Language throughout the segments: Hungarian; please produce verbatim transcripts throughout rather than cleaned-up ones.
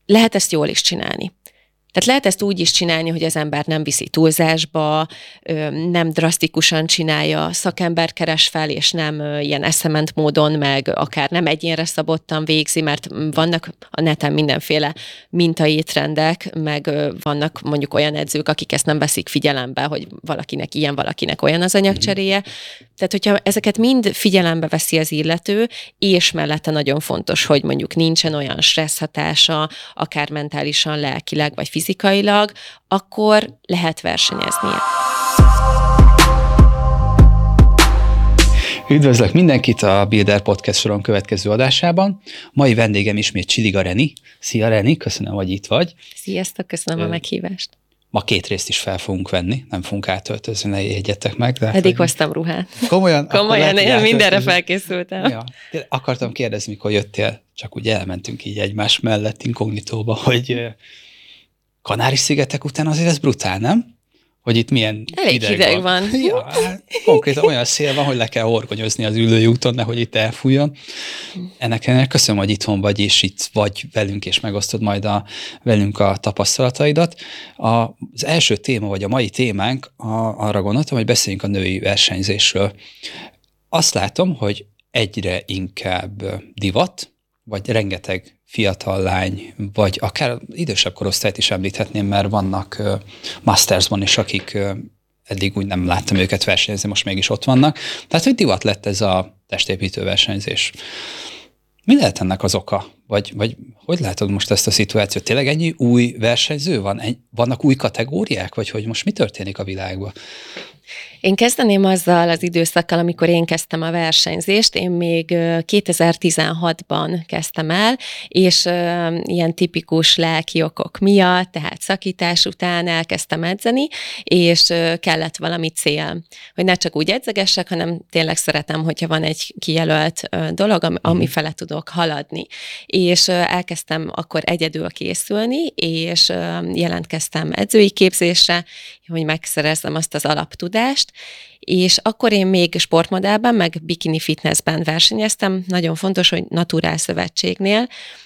lehet ezt jól is csinálni. Tehát lehet ezt úgy is csinálni, hogy az ember nem viszi túlzásba, nem drasztikusan csinálja, szakember keres fel, és nem ilyen eszement módon, meg akár nem egyénre szabottan végzi, mert vannak a neten mindenféle mintaétrendek, meg vannak mondjuk olyan edzők, akik ezt nem veszik figyelembe, hogy valakinek ilyen, valakinek olyan az anyagcseréje. Tehát, hogyha ezeket mind figyelembe veszi az illető, és mellette nagyon fontos, hogy mondjuk nincsen olyan stressz hatása, akár mentálisan, lelkileg, vagy fizikailag, akkor lehet versenyeznie. Üdvözlök mindenkit a Builder Podcast soron következő adásában. Mai vendégem ismét Csiliga Reni. Szia Reni, köszönöm, hogy itt vagy. Sziasztok, köszönöm Ö... a meghívást. Ma két részt is fel fogunk venni, nem fogunk átöltözni, ne jegyetek meg. De Eddig hoztam ruhát. Komolyan? Komolyan, én mindenre felkészültem. Ja. Akartam kérdezni, mikor jöttél, csak úgy elmentünk így egymás mellett inkognitóba, hogy Kanári-szigetek után azért ez brutál, nem? Hogy itt milyen elég hideg, hideg van. van. Ja, hát konkrétan olyan szél van, hogy le kell horgonyozni az ülői úton, nehogy itt elfújjon. Ennek ennek köszönöm, hogy itthon vagy, és itt vagy velünk, és megosztod majd a, velünk a tapasztalataidat. A, az első téma, vagy a mai témánk, a, arra gondoltam, hogy beszéljünk a női versenyzésről. Azt látom, hogy egyre inkább divat, vagy rengeteg fiatal lány, vagy akár idősebb korosztályt is említhetném, mert vannak uh, Mastersban is, akik uh, eddig úgy nem láttam őket versenyezni, most mégis ott vannak. Tehát, hogy divat lett ez a testépítő versenyzés. Mi lehet ennek az oka? Vagy, vagy hogy látod most ezt a szituációt? Tényleg ennyi új versenyző van? Ennyi, vannak új kategóriák? Vagy hogy most mi történik a világban? Én kezdeném azzal az időszakkal, amikor én kezdtem a versenyzést. Én még kétezer-tizenhatban kezdtem el, és ilyen tipikus lelki okok miatt, tehát szakítás után elkezdtem edzeni, és kellett valami cél, hogy ne csak úgy edzegessek, hanem tényleg szeretem, hogyha van egy kijelölt dolog, ami fele tudok haladni. És elkezdtem akkor egyedül készülni, és jelentkeztem edzői képzésre, hogy megszerezzem azt az alaptudást, és akkor én még sportmodellben, meg bikini fitnessben versenyeztem, nagyon fontos, hogy Naturál Szövetségnél,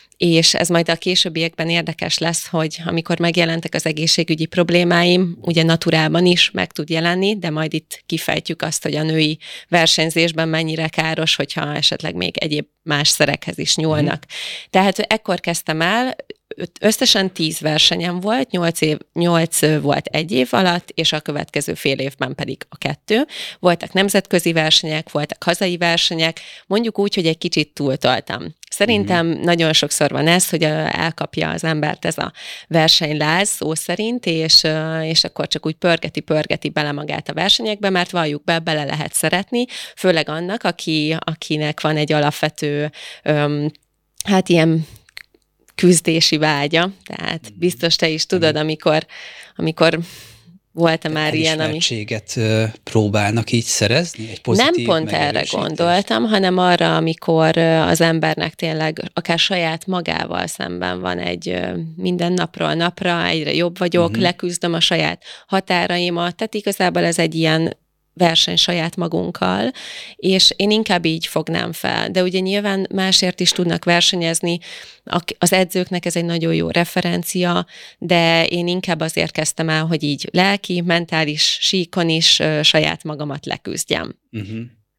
és ez majd a későbbiekben érdekes lesz, hogy amikor megjelentek az egészségügyi problémáim, ugye naturálban is meg tud jelenni, de majd itt kifejtjük azt, hogy a női versenyzésben mennyire káros, hogyha esetleg még egyéb más szerekhez is nyúlnak. Mm. Tehát ekkor kezdtem el, összesen tíz versenyem volt, nyolc, év, nyolc volt egy év alatt, és a következő fél évben pedig a kettő. Voltak nemzetközi versenyek, voltak hazai versenyek, mondjuk úgy, hogy egy kicsit túltoltam. Szerintem mm-hmm. nagyon sokszor van ez, hogy elkapja az embert ez a versenyláz szó szerint, és, és akkor csak úgy pörgeti-pörgeti bele magát a versenyekbe, mert valljuk be, bele lehet szeretni, főleg annak, aki, akinek van egy alapvető, öm, hát ilyen küzdési vágya, tehát biztos te is tudod, amikor, amikor volt-e már ilyen, ami... Elismertséget próbálnak így szerezni? Egy pozitív nem pont erre gondoltam, hanem arra, amikor az embernek tényleg akár saját magával szemben van egy minden napról napra, egyre jobb vagyok, uh-huh. leküzdöm a saját határaimat, tehát igazából ez egy ilyen verseny saját magunkkal, és én inkább így fognám fel. De ugye nyilván másért is tudnak versenyezni, az edzőknek ez egy nagyon jó referencia, de én inkább azért kezdtem el, hogy így lelki, mentális síkon is saját magamat leküzdjem. Uh-huh.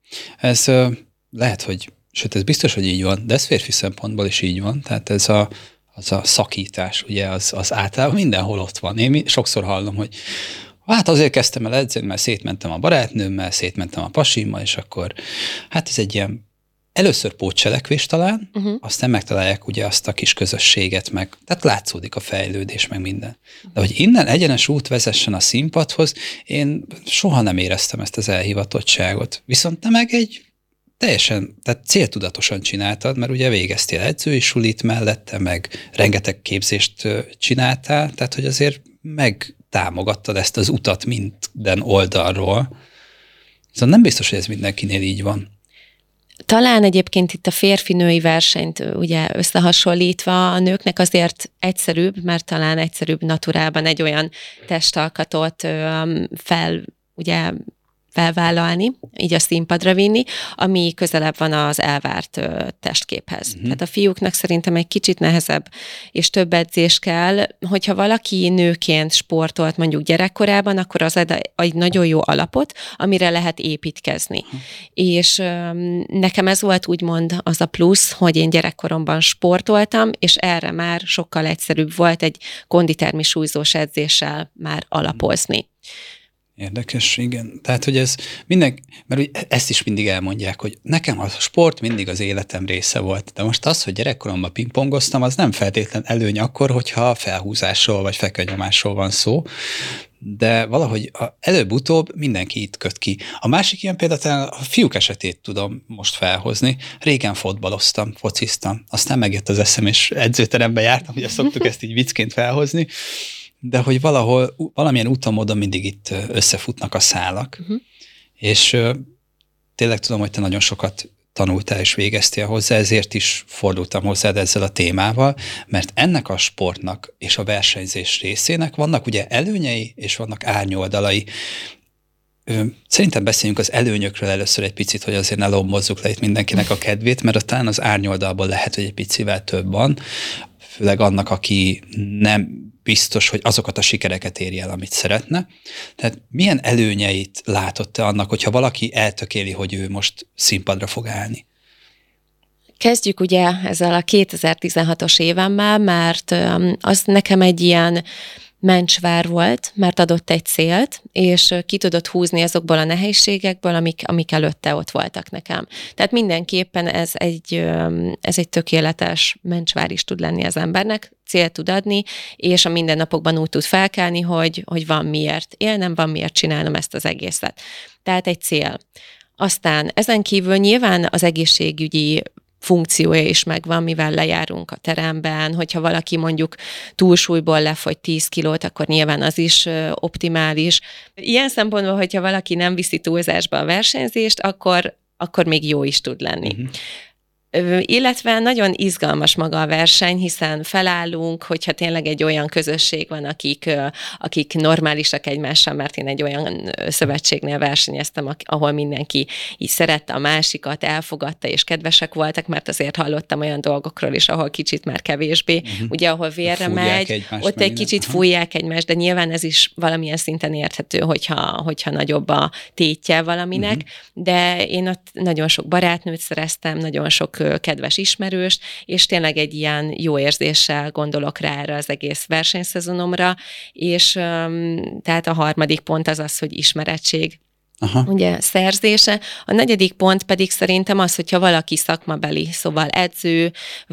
Ez uh, lehet, hogy, sőt ez biztos, hogy így van, de ez férfi szempontból is így van, tehát ez a az a szakítás, ugye, az, az általában mindenhol ott van. Én sokszor hallom, hogy hát azért kezdtem el edzeni, mert szétmentem a barátnőmmel, szétmentem a pasimmal, és akkor hát ez egy ilyen először pótcselekvés talán, uh-huh. aztán megtalálják ugye azt a kis közösséget, meg, tehát látszódik a fejlődés, meg minden. De hogy innen egyenes út vezessen a színpadhoz, én soha nem éreztem ezt az elhivatottságot. Viszont te meg egy teljesen, tehát céltudatosan csináltad, mert ugye végeztél edzői sulit mellette, meg rengeteg képzést csináltál, tehát hogy azért megtámogattad ezt az utat minden oldalról. Szóval nem biztos, hogy ez mindenkinél így van. Talán egyébként itt a férfi-női versenyt ugye összehasonlítva a nőknek azért egyszerűbb, mert talán egyszerűbb naturálban egy olyan testalkatot fel, ugye felvállalni, így a színpadra vinni, ami közelebb van az elvárt ö, testképhez. Uh-huh. Tehát a fiúknak szerintem egy kicsit nehezebb és több edzés kell, hogyha valaki nőként sportolt mondjuk gyerekkorában, akkor az ad egy nagyon jó alapot, amire lehet építkezni. Uh-huh. És ö, nekem ez volt úgymond az a plusz, hogy én gyerekkoromban sportoltam, és erre már sokkal egyszerűbb volt egy konditermi súlyzós edzéssel már alapozni. Érdekes, igen. Tehát, hogy ez minden, mert ezt is mindig elmondják, hogy nekem a sport mindig az életem része volt. De most az, hogy gyerekkoromban pingpongoztam, az nem feltétlen előny akkor, hogyha felhúzásról vagy fekvenyomásról van szó, de valahogy előbb-utóbb mindenki itt köt ki. A másik ilyen például a fiúk esetét tudom most felhozni. Régen fotbaloztam, fociztam, aztán megjött az eszem, és edzőterembe jártam, ugye szoktuk ezt így viccként felhozni, de hogy valahol, valamilyen úton, módon mindig itt összefutnak a szálak. Uh-huh. És uh, tényleg tudom, hogy te nagyon sokat tanultál és végeztél hozzá, ezért is fordultam hozzád ezzel a témával, mert ennek a sportnak és a versenyzés részének vannak ugye előnyei, és vannak árnyoldalai. Szerintem beszéljünk az előnyökről először egy picit, hogy azért ne lombozzuk le itt mindenkinek a kedvét, mert talán az árnyoldalból lehet, hogy egy picivel több van, főleg annak, aki nem biztos, hogy azokat a sikereket érje el, amit szeretne. Tehát milyen előnyeit látott te annak, hogyha valaki eltökéli, hogy ő most színpadra fog állni? Kezdjük ugye ezzel a kétezer-tizenhatos évemmel, mert az nekem egy ilyen mencsvár volt, mert adott egy célt, és ki tudott húzni azokból a nehézségekből, amik, amik előtte ott voltak nekem. Tehát mindenképpen ez egy, ez egy tökéletes mencsvár is tud lenni az embernek, célt tud adni, és a mindennapokban úgy tud felkelni, hogy, hogy van miért élnem, van miért csinálnom ezt az egészet. Tehát egy cél. Aztán ezen kívül nyilván az egészségügyi funkciója is megvan, mivel lejárunk a teremben, hogyha valaki mondjuk túlsúlyból lefogy tíz kilót, akkor nyilván az is optimális. Ilyen szempontból, hogyha valaki nem viszi túlzásba a versenyzést, akkor, akkor még jó is tud lenni. Uh-huh. Illetve nagyon izgalmas maga a verseny, hiszen felállunk, hogyha tényleg egy olyan közösség van, akik, akik normálisak egymással, mert én egy olyan szövetségnél versenyeztem, ahol mindenki így szerette a másikat, elfogadta és kedvesek voltak, mert azért hallottam olyan dolgokról is, ahol kicsit már kevésbé, uh-huh. ugye ahol vérre megy, ott egy kicsit aha. fújják egymást, de nyilván ez is valamilyen szinten érthető, hogyha, hogyha nagyobb a tétje valaminek, uh-huh. de én ott nagyon sok barátnőt szereztem, nagyon sok kedves ismerőst, és tényleg egy ilyen jó érzéssel gondolok rá erre az egész versenyszezonomra, és um, tehát a harmadik pont az az, hogy ismerettség. Aha. Ugye szerzése. A negyedik pont pedig szerintem az, hogyha valaki szakmabeli, szóval edző,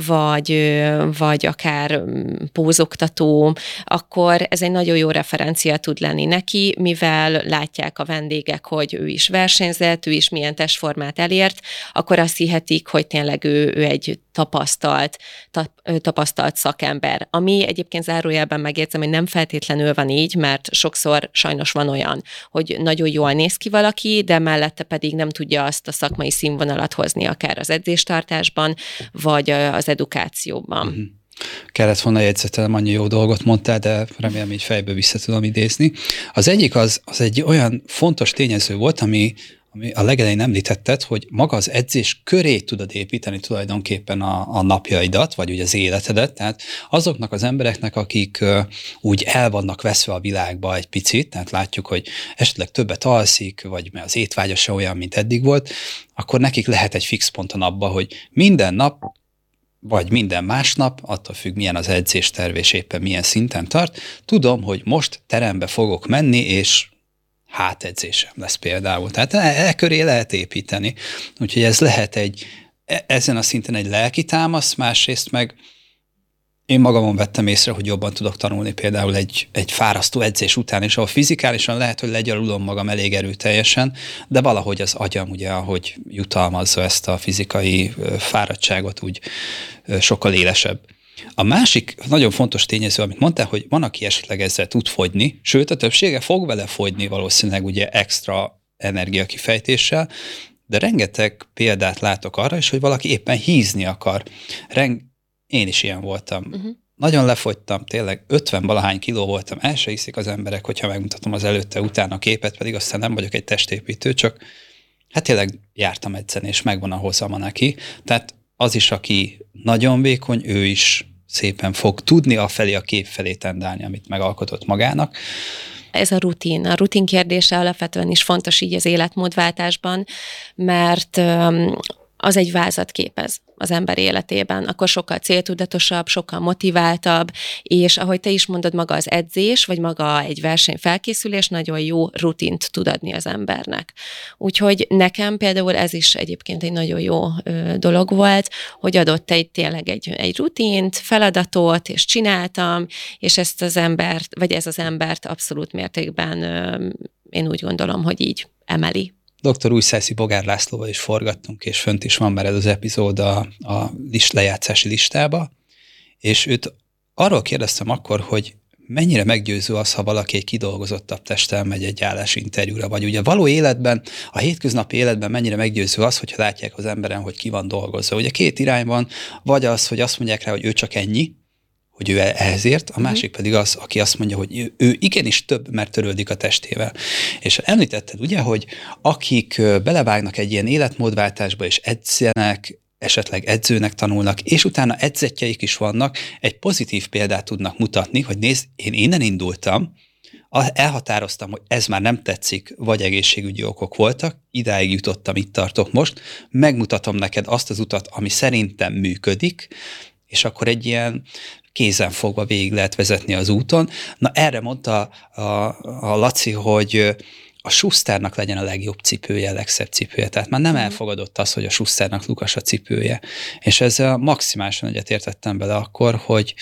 vagy, vagy akár pózoktató, akkor ez egy nagyon jó referencia tud lenni neki, mivel látják a vendégek, hogy ő is versenyzett, ő is milyen testformát elért, akkor azt hihetik, hogy tényleg ő, ő egy tapasztalt, tap, tapasztalt szakember. Ami egyébként zárójelben megjegyzem, hogy nem feltétlenül van így, mert sokszor sajnos van olyan, hogy nagyon jól néz ki valaki, de mellette pedig nem tudja azt a szakmai színvonalat hozni, akár az edzéstartásban, vagy az edukációban. Uh-huh. Kellett volna jegyzetelem, annyi jó dolgot mondtál, de remélem így fejből vissza tudom idézni. Az egyik az, az egy olyan fontos tényező volt, ami ami a legelején említetted, hogy maga az edzés köré tudod építeni tulajdonképpen a, a napjaidat, vagy ugye az életedet, tehát azoknak az embereknek, akik uh, úgy el vannak veszve a világba egy picit, tehát látjuk, hogy esetleg többet alszik, vagy mert az étvágya se olyan, mint eddig volt, akkor nekik lehet egy fix ponton abba, hogy minden nap, vagy minden másnap, attól függ, milyen az edzésterv, és éppen milyen szinten tart, tudom, hogy most terembe fogok menni, és hátedzésem lesz például. Tehát e, e köré lehet építeni. Úgyhogy ez lehet egy, e, ezen a szinten egy lelki támasz, másrészt meg én magamon vettem észre, hogy jobban tudok tanulni például egy, egy fárasztó edzés után, és ahol fizikálisan lehet, hogy legyalulom magam elég erőteljesen, de valahogy az agyam ugye, ahogy jutalmazza ezt a fizikai fáradtságot, úgy sokkal élesebb. A másik nagyon fontos tényező, amit mondtál, hogy van, aki esetleg ezzel tud fogyni, sőt a többsége fog vele fogyni valószínűleg ugye extra energiakifejtéssel, de rengeteg példát látok arra is, hogy valaki éppen hízni akar. Reng- Én is ilyen voltam. Uh-huh. nagyon lefogytam, tényleg ötven-valahány kiló voltam, el se hiszik az emberek, hogyha megmutatom az előtte-utána képet, pedig aztán nem vagyok egy testépítő, csak hát tényleg jártam edzeni, és megvan a hozama neki. Tehát az is, aki nagyon vékony, ő is szépen fog tudni afelé a kép felé tendálni, amit megalkotott magának. Ez a rutin. A rutin kérdése alapvetően is fontos így az életmódváltásban, mert az egy vázat képez az ember életében, akkor sokkal céltudatosabb, sokkal motiváltabb, és ahogy te is mondod, maga az edzés, vagy maga egy versenyfelkészülés nagyon jó rutint tud adni az embernek. Úgyhogy nekem például ez is egyébként egy nagyon jó ö, dolog volt, hogy adott egy tényleg egy, egy rutint, feladatot, és csináltam, és ezt az embert, vagy ez az embert abszolút mértékben ö, én úgy gondolom, hogy így emeli. doktor Újszászi Bogár Lászlóval is forgattunk, és fönt is van már ez az epizód a, a list, lejátszási listába, és őt arról kérdeztem akkor, hogy mennyire meggyőző az, ha valaki egy kidolgozottabb testtel megy egy állásinterjúra, vagy ugye való életben, a hétköznapi életben mennyire meggyőző az, hogyha látják az emberen, hogy ki van dolgozva. Ugye két irány van, vagy az, hogy azt mondják rá, hogy ő csak ennyi, hogy ő ehhez ért, a másik uh-huh. pedig az, aki azt mondja, hogy ő, ő igenis több, mert törődik a testével. És említetted ugye, hogy akik belevágnak egy ilyen életmódváltásba, és edzenek, esetleg edzőnek tanulnak, és utána edzettjeik is vannak, egy pozitív példát tudnak mutatni, hogy nézd, én innen indultam, elhatároztam, hogy ez már nem tetszik, vagy egészségügyi okok voltak, idáig jutottam, itt tartok most, megmutatom neked azt az utat, ami szerintem működik, és akkor egy ilyen kézen fogva végig lehet vezetni az úton. Na erre mondta a, a Laci, hogy a Schusternak legyen a legjobb cipője, a legszebb cipője. Tehát már nem elfogadott az, hogy a Schusternak lukas a cipője. És ezzel maximálisan egyetértettem bele akkor, hogy,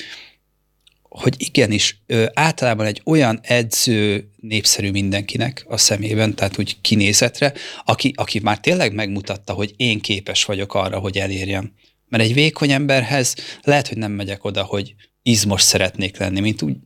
hogy igenis általában egy olyan edző népszerű mindenkinek a szemében, tehát úgy kinézetre, aki, aki már tényleg megmutatta, hogy én képes vagyok arra, hogy elérjem. Mert egy vékony emberhez lehet, hogy nem megyek oda, hogy izmos szeretnék lenni, mint úgy,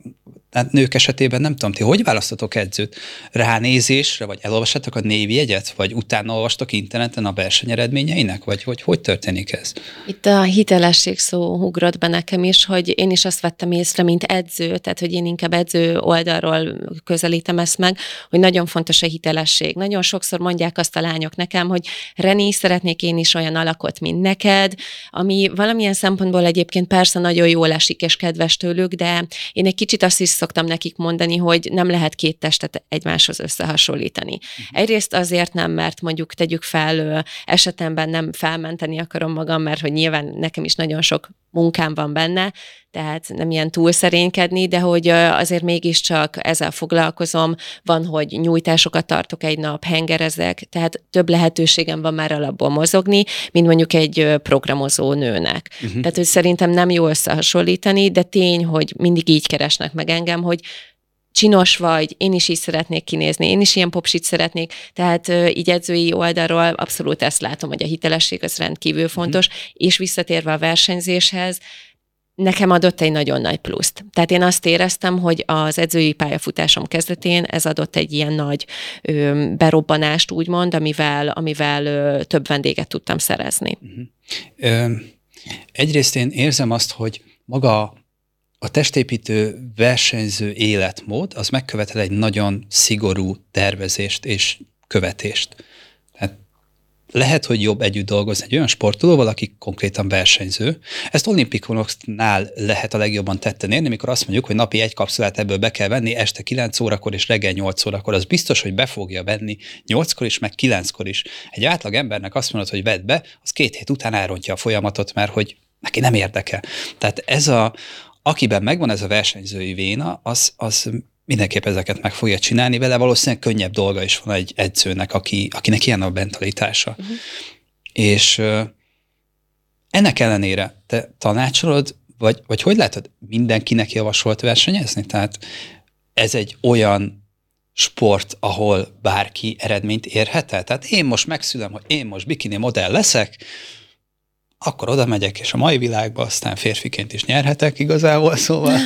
hát nők esetében nem tudom, ti hogy választotok edzőt? Ránézésre, vagy elolvassatok a névjegyet, vagy utána olvastok interneten a versenyeredményeinek, vagy hogy, hogy történik ez? Itt a hitelesség szó ugrott be nekem is, hogy én is azt vettem észre, mint edző, tehát hogy én inkább edző oldalról közelítem ezt meg, hogy nagyon fontos a hitelesség. Nagyon sokszor mondják azt a lányok nekem, hogy Reni, szeretnék én is olyan alakot, mint neked, ami valamilyen szempontból egyébként persze nagyon jól esik és kedves tőlük, de én egy kicsit azt is szoktam nekik mondani, hogy nem lehet két testet egymáshoz összehasonlítani. Uh-huh. Egyrészt azért nem, mert mondjuk tegyük fel, esetemben nem felmenteni akarom magam, mert hogy nyilván nekem is nagyon sok munkám van benne, tehát nem ilyen túlszerénykedni, de hogy azért mégiscsak ezzel foglalkozom, van, hogy nyújtásokat tartok egy nap, hengerezek, tehát több lehetőségem van már alapból mozogni, mint mondjuk egy programozó nőnek. Uh-huh. Tehát, hogy szerintem nem jó összehasonlítani, de tény, hogy mindig így keresnek meg engem, hogy csinos vagy, én is így szeretnék kinézni, én is ilyen popsit szeretnék, tehát így edzői oldalról abszolút ezt látom, hogy a hitelesség az rendkívül fontos, uh-huh. és visszatérve a versenyzéshez, nekem adott egy nagyon nagy pluszt. Tehát én azt éreztem, hogy az edzői pályafutásom kezdetén ez adott egy ilyen nagy ö, berobbanást, úgymond, amivel, amivel ö, több vendéget tudtam szerezni. Uh-huh. Ö, egyrészt én érzem azt, hogy maga a testépítő versenyző életmód, az megkövetel egy nagyon szigorú tervezést és követést. Tehát lehet, hogy jobb együtt dolgozni egy olyan sportolóval, aki konkrétan versenyző. Ezt olimpikonoknál lehet a legjobban tetten érni, amikor azt mondjuk, hogy napi egy kapszulát ebből be kell venni, este kilenc órakor és reggel nyolc órakor. Az biztos, hogy be fogja venni nyolckor is, meg kilenckor is. Egy átlag embernek azt mondod, hogy vedd be, az két hét után elrontja a folyamatot, mert hogy neki nem érdekel. Tehát ez a akiben megvan ez a versenyzői véna, az, az mindenképp ezeket meg fogja csinálni, vele valószínűleg könnyebb dolga is van egy edzőnek, aki, akinek ilyen a mentalitása. Uh-huh. És uh, ennek ellenére te tanácsolod, vagy, vagy hogy látod, mindenkinek javasolt versenyezni? Tehát ez egy olyan sport, ahol bárki eredményt érhet el? Tehát én most megszülöm, hogy én most bikini modell leszek, akkor oda megyek, és a mai világban aztán férfiként is nyerhetek igazából, szóval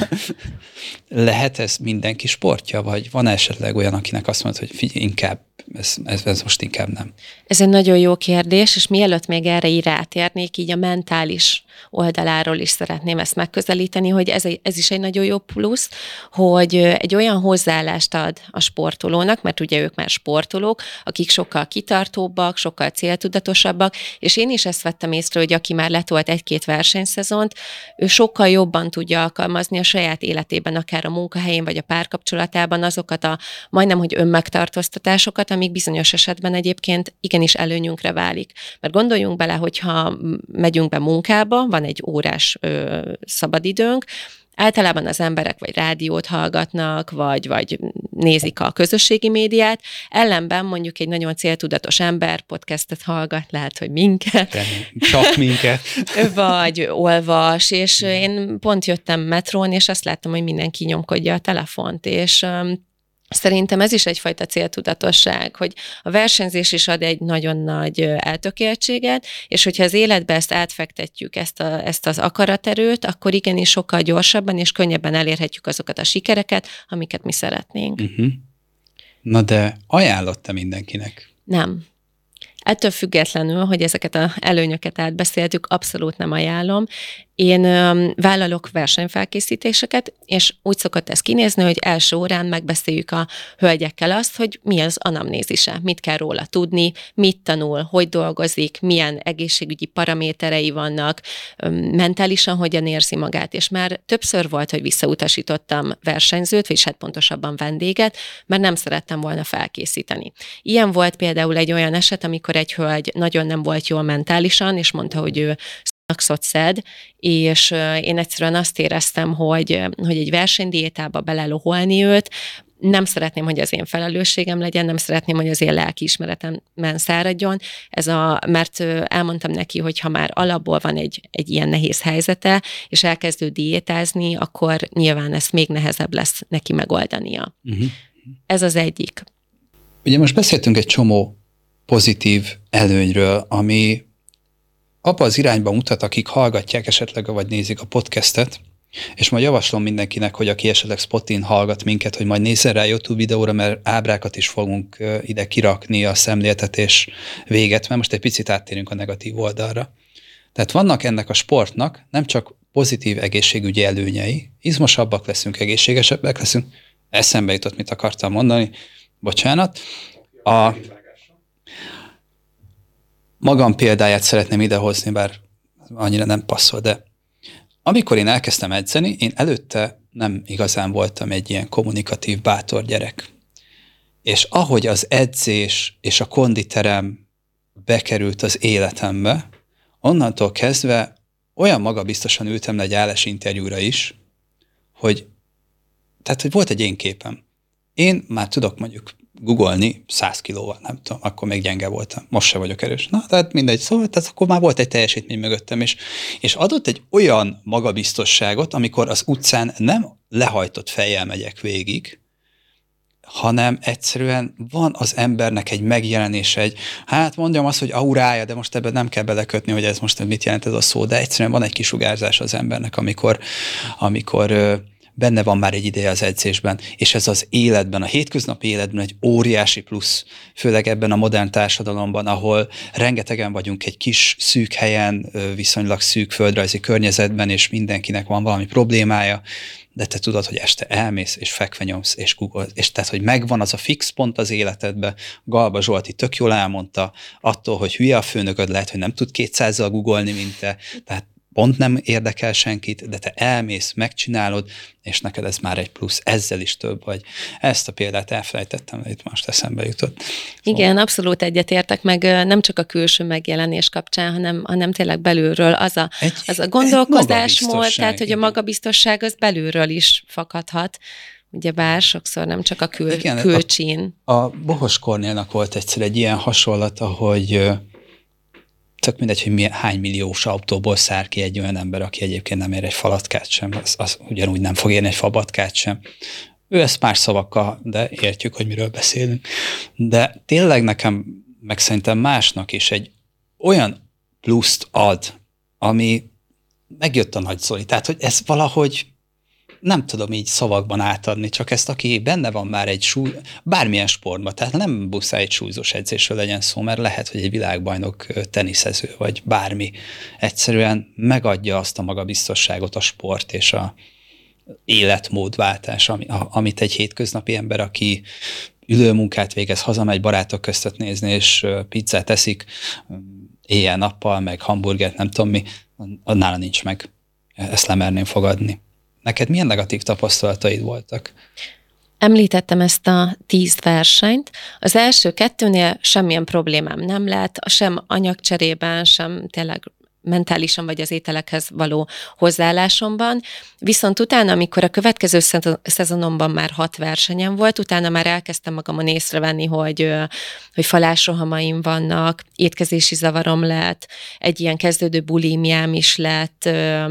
lehet ez mindenki sportja, vagy van esetleg olyan, akinek azt mondod, hogy figyelj, inkább, ez, ez, ez most inkább nem? Ez egy nagyon jó kérdés, és mielőtt még erre így rátérnék, így a mentális oldaláról is szeretném ezt megközelíteni, hogy ez, ez is egy nagyon jó plusz, hogy egy olyan hozzáállást ad a sportolónak, mert ugye ők már sportolók, akik sokkal kitartóbbak, sokkal céltudatosabbak, és én is ezt vettem észre, hogy aki már letolt egy-két versenyszezont, ő sokkal jobban tudja alkalmazni a saját életében, akár a munkahelyén, vagy a párkapcsolatában azokat a majdnem, hogy önmegtartóztatásokat, amik bizonyos esetben egyébként igenis előnyünkre válik. Mert gondoljunk bele, hogyha megyünk be munkába, van egy órás ö, szabadidőnk, általában az emberek vagy rádiót hallgatnak, vagy, vagy nézik a közösségi médiát, ellenben mondjuk egy nagyon céltudatos ember podcastet hallgat, lehet, hogy minket. Csak minket. Vagy olvas, és én pont jöttem metrón, és azt láttam, hogy mindenki nyomkodja a telefont, és szerintem ez is egyfajta céltudatosság, hogy a versenyzés is ad egy nagyon nagy eltökéltséget, és hogyha az életbe ezt átfektetjük, ezt, a, ezt az akaraterőt, akkor igenis sokkal gyorsabban és könnyebben elérhetjük azokat a sikereket, amiket mi szeretnénk. Uh-huh. Na de ajánlott-e mindenkinek? Nem. Ettől függetlenül, hogy ezeket az előnyöket átbeszéltük, abszolút nem ajánlom. Én ö, vállalok versenyfelkészítéseket, és úgy szokott ez kinézni, hogy első órán megbeszéljük a hölgyekkel azt, hogy mi az anamnézise, mit kell róla tudni, mit tanul, hogy dolgozik, milyen egészségügyi paraméterei vannak, ö, mentálisan hogyan érzi magát, és már többször volt, hogy visszautasítottam versenyzőt, vagyis hát pontosabban vendéget, mert nem szerettem volna felkészíteni. Ilyen volt például egy olyan eset, amikor egy hölgy nagyon nem volt jól mentálisan, és mondta, hogy ő szakszot szed, és én egyszerűen azt éreztem, hogy, hogy egy versenydiétába beleloholni őt, nem szeretném, hogy az én felelősségem legyen, nem szeretném, hogy az én lelkiismeretemben száradjon, ez a, mert elmondtam neki, hogy ha már alapból van egy, egy ilyen nehéz helyzete, és elkezdő diétázni, akkor nyilván ezt még nehezebb lesz neki megoldania. Uh-huh. Ez az egyik. Ugye most beszéltünk egy csomó pozitív előnyről, ami abba az irányba mutat, akik hallgatják esetleg, vagy nézik a podcastet, és majd javaslom mindenkinek, hogy aki esetleg Spotin hallgat minket, hogy majd nézzen rá YouTube videóra, mert ábrákat is fogunk ide kirakni a szemléltetés véget, mert most egy picit áttérünk a negatív oldalra. Tehát vannak ennek a sportnak nem csak pozitív egészségügyi előnyei, izmosabbak leszünk, egészségesebbek leszünk, eszembe jutott, mit akartam mondani, bocsánat. A magam példáját szeretném idehozni, bár annyira nem passzol, de amikor én elkezdtem edzeni, én előtte nem igazán voltam egy ilyen kommunikatív, bátor gyerek. És ahogy az edzés és a konditerem bekerült az életembe, onnantól kezdve olyan magabiztosan ültem le egy állásinterjúra is, hogy, tehát, hogy volt egy én képem. Én már tudok mondjuk googolni száz kilóval, nem tudom, akkor még gyenge voltam. Most se vagyok erős. Na, tehát mindegy, szóval, tehát akkor már volt egy teljesítmény mögöttem, és, és adott egy olyan magabiztosságot, amikor az utcán nem lehajtott fejjel megyek végig, hanem egyszerűen van az embernek egy megjelenése, egy, hát mondjam azt, hogy aurája, de most ebben nem kell belekötni, hogy ez most mit jelent ez a szó, de egyszerűen van egy kisugárzás az embernek, amikor, amikor benne van már egy ideje az edzésben, és ez az életben, a hétköznapi életben egy óriási plusz, főleg ebben a modern társadalomban, ahol rengetegen vagyunk egy kis szűk helyen, viszonylag szűk földrajzi környezetben, és mindenkinek van valami problémája, de te tudod, hogy este elmész, és fekve nyomsz, és Google, és tehát, hogy megvan az a fix pont az életedben. Galba Zsolti tök jól elmondta, attól, hogy hülye a főnököd, lehet, hogy nem tud kétszázzal googolni, mint te, tehát pont nem érdekel senkit, de te elmész, megcsinálod, és neked ez már egy plusz, ezzel is több vagy. Ezt a példát elfelejtettem, de itt most eszembe jutott. Szóval... Igen, abszolút egyetértek, meg nem csak a külső megjelenés kapcsán, hanem, hanem tényleg belülről az a, egy, az a gondolkozásmód, tehát hogy a magabiztosság az belülről is fakadhat. Ugyebár sokszor nem csak a kül, igen, külcsín. A, a Bohos Kornélnak volt egyszer egy ilyen hasonlata, hogy tök mindegy, hogy milyen, hány milliós autóból szár ki egy olyan ember, aki egyébként nem ér egy falatkát sem, az, az ugyanúgy nem fog érni egy fabatkát sem. Ő ezt más szavakkal, de értjük, hogy miről beszélünk. De tényleg nekem, meg szerintem másnak is egy olyan pluszt ad ami megjött a nagy Zoli. Tehát, hogy ez valahogy nem tudom így szavakban átadni, csak ezt, aki benne van már egy súly, bármilyen sportban, tehát nem muszáj egy súlyzós edzésről legyen szó, mert lehet, hogy egy világbajnok teniszező, vagy bármi. Egyszerűen megadja azt a magabiztosságot a sport és a életmódváltás, ami, a, amit egy hétköznapi ember, aki ülőmunkát végez, hazamegy barátok köztet nézni, és pizzát eszik éjjel-nappal, meg hamburgert, nem tudom mi, nála nincs meg. Ezt lemerném fogadni. Neked milyen negatív tapasztalataid voltak? Említettem ezt a tíz versenyt. Az első kettőnél semmilyen problémám nem lett, sem anyagcserében, sem tényleg mentálisan vagy az ételekhez való hozzáállásomban. Viszont utána, amikor a következő szezonomban már hat versenyen volt, utána már elkezdtem magamon észrevenni, hogy, hogy falásrohamaim vannak, étkezési zavarom lett, egy ilyen kezdődő bulimiám is lett,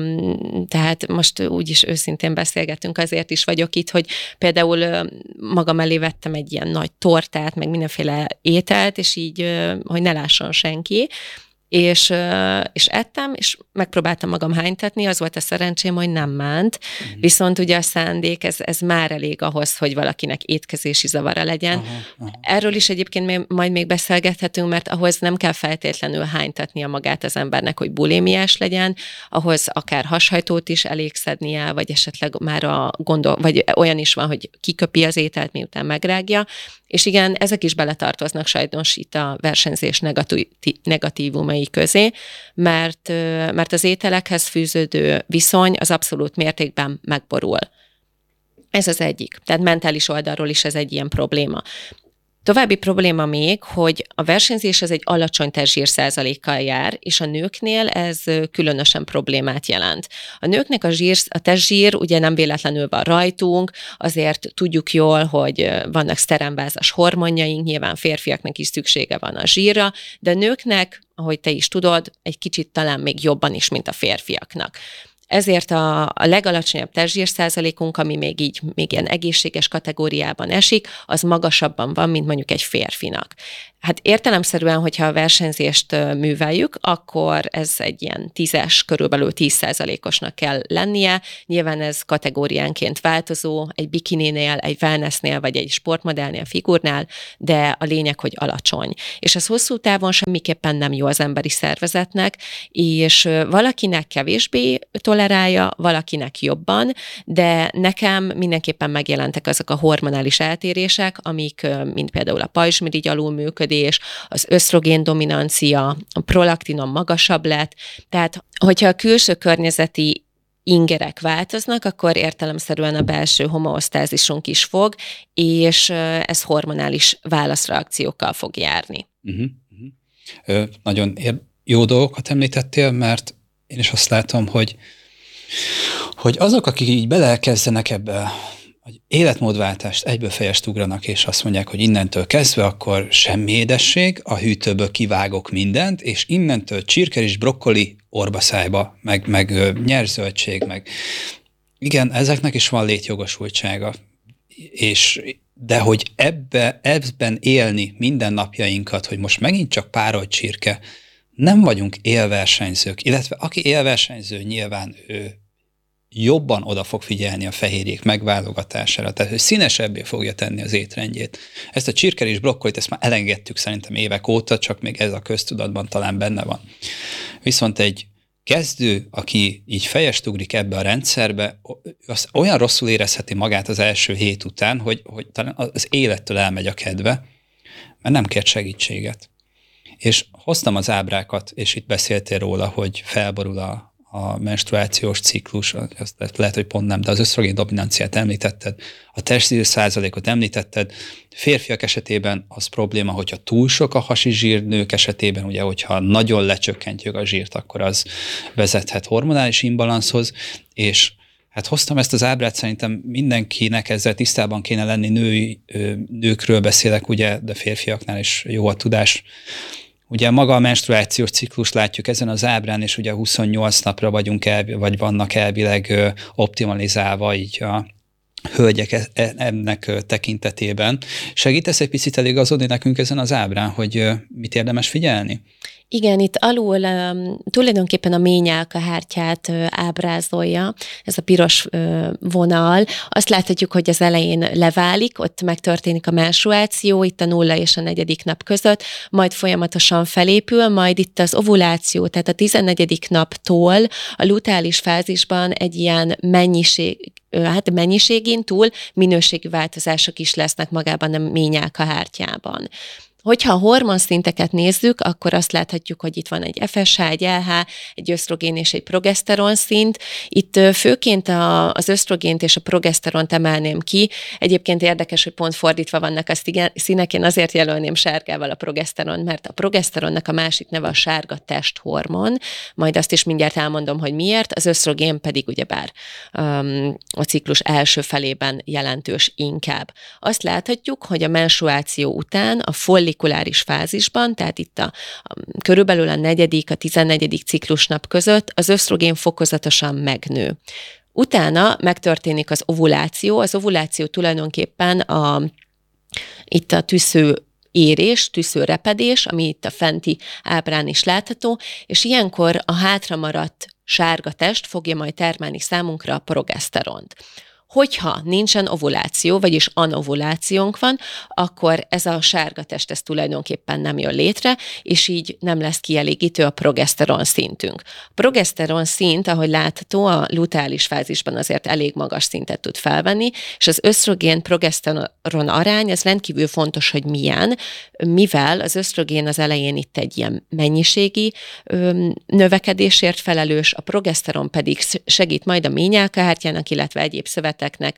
tehát most úgyis őszintén beszélgetünk, azért is vagyok itt, hogy például magam elé vettem egy ilyen nagy tortát, meg mindenféle ételt, és így, hogy ne lásson senki, És, és ettem, és megpróbáltam magam hánytatni, az volt a szerencsém, hogy nem ment, uh-huh. viszont ugye a szándék, ez, ez már elég ahhoz, hogy valakinek étkezési zavara legyen. Uh-huh, uh-huh. Erről is egyébként még, majd még beszélgethetünk, mert ahhoz nem kell feltétlenül hánytatnia magát az embernek, hogy bulémiás legyen, ahhoz akár hashajtót is elég szednie, vagy esetleg már a gondol, vagy olyan is van, hogy kiköpi az ételt, miután megrágja, és igen, ezek is beletartoznak sajnos itt a versenyzés negatív, negatívumai közé, mert, mert az ételekhez fűződő viszony az abszolút mértékben megborul. Ez az egyik. Tehát mentális oldalról is ez egy ilyen probléma. További probléma még, hogy a versenyzés az egy alacsony testzsír százalékkal jár, és a nőknél ez különösen problémát jelent. A nőknek a, zsír, a testzsír ugye nem véletlenül van rajtunk, azért tudjuk jól, hogy vannak szterenvázas hormonjaink, nyilván férfiaknak is szüksége van a zsírra, de a nőknek, ahogy te is tudod, egy kicsit talán még jobban is, mint a férfiaknak. Ezért a, a legalacsonyabb testzsír százalékunk, ami még így még ilyen egészséges kategóriában esik, az magasabban van, mint mondjuk egy férfinak. Hát értelemszerűen, hogyha a versenyzést műveljük, akkor ez egy ilyen tízes, körülbelül tíz százalékosnak kell lennie. Nyilván ez kategóriánként változó, egy bikininél, egy wellnessnél, vagy egy sportmodellnél, figurnál, de a lényeg, hogy alacsony. És ez hosszú távon semmiképpen nem jó az emberi szervezetnek, és valakinek kevésbé tolerálja, valakinek jobban, de nekem mindenképpen megjelentek azok a hormonális eltérések, amik, mint például a pajzsmirigy alulműködés, az ösztrogén dominancia, a prolaktinon magasabb lett, tehát hogyha a külső környezeti ingerek változnak, akkor értelemszerűen a belső homeosztázisunk is fog, és ez hormonális válaszreakciókkal fog járni. Uh-huh, uh-huh. Ö, nagyon ér- jó dolgokat említettél, mert én is azt látom, hogy, hogy azok, akik így belekezdenek ebbe, hogy életmódváltást egyből fejest ugranak, és azt mondják, hogy innentől kezdve akkor semmi édesség, a hűtőből kivágok mindent, és innentől csirkerizs, brokkoli orbaszájba, meg, meg nyerzöldség, meg igen, ezeknek is van létjogosultsága. És, de hogy ebbe, ebben élni minden napjainkat, hogy most megint csak párolt csirke, nem vagyunk élversenyzők, illetve aki élversenyző, nyilván ő jobban oda fog figyelni a fehérjék megválogatására, tehát hogy színesebbé fogja tenni az étrendjét. Ezt a csirkerizs brokkolit, ezt már elengedtük szerintem évek óta, csak még ez a köztudatban talán benne van. Viszont egy kezdő, aki így fejest ugrik ebbe a rendszerbe, az olyan rosszul érezheti magát az első hét után, hogy, hogy talán az élettől elmegy a kedve, mert nem kért segítséget. És hoztam az ábrákat, és itt beszéltél róla, hogy felborul a a menstruációs ciklus, azt lehet, hogy pont nem, de az ösztrogén dominanciát említetted, a testzsír százalékot említetted, férfiak esetében az probléma, hogyha túl sok a hasi zsír, nők esetében, ugye, hogyha nagyon lecsökkentjük a zsírt, akkor az vezethet hormonális imbalanszhoz, és hát hoztam ezt az ábrát, szerintem mindenkinek ezzel tisztában kéne lenni, női, nőkről beszélek, ugye, de férfiaknál is jó a tudás. Ugye maga a menstruációs ciklus látjuk ezen az ábrán, és ugye huszonnyolc napra vagyunk el, vagy vannak elvileg optimalizálva így a hölgyek ennek tekintetében. Segítesz egy picit eligazodni nekünk ezen az ábrán, hogy mit érdemes figyelni? Igen, itt alul um, tulajdonképpen a mély nyálkahártyát uh, ábrázolja, ez a piros uh, vonal. Azt láthatjuk, hogy az elején leválik, ott megtörténik a menstruáció, itt a nulla és a negyedik nap között, majd folyamatosan felépül, majd itt az ovuláció, tehát a tizennegyedik naptól a luteális fázisban egy ilyen mennyiség, hát mennyiségén túl minőségi változások is lesznek magában a mély nyálkahártyában. Hogyha a hormonszinteket nézzük, akkor azt láthatjuk, hogy itt van egy ef es há, egy el há, egy ösztrogén és egy progeszteron szint. Itt főként a, az ösztrogént és a progeszteront emelném ki. Egyébként érdekes, hogy pont fordítva vannak a színek, én azért jelölném sárgával a progeszteron, mert a progeszteronnak a másik neve a sárga testhormon, majd azt is mindjárt elmondom, hogy miért, az ösztrogén pedig ugyebár um, a ciklus első felében jelentős inkább. Azt láthatjuk, hogy a menstruáció után a follik folikuláris fázisban, tehát itt a, a körülbelül a negyedik, a tizennegyedik ciklusnap között az ösztrogén fokozatosan megnő. Utána megtörténik az ovuláció. Az ovuláció tulajdonképpen a, itt a tüsző érés, tüszőrepedés, ami itt a fenti ábrán is látható, és ilyenkor a hátramaradt sárga test fogja majd termelni számunkra a progeszteront. Hogyha nincsen ovuláció, vagyis anovulációnk van, akkor ez a sárga test ez tulajdonképpen nem jön létre, és így nem lesz kielégítő a progeszteron szintünk. A progeszteron szint, ahogy látható, a luteális fázisban azért elég magas szintet tud felvenni, és az ösztrogén-progeszteron arány, ez rendkívül fontos, hogy milyen, mivel az ösztrogén az elején itt egy ilyen mennyiségi ö, növekedésért felelős, a progeszteron pedig segít majd a mély nyálkahártyának, illetve egyéb szövet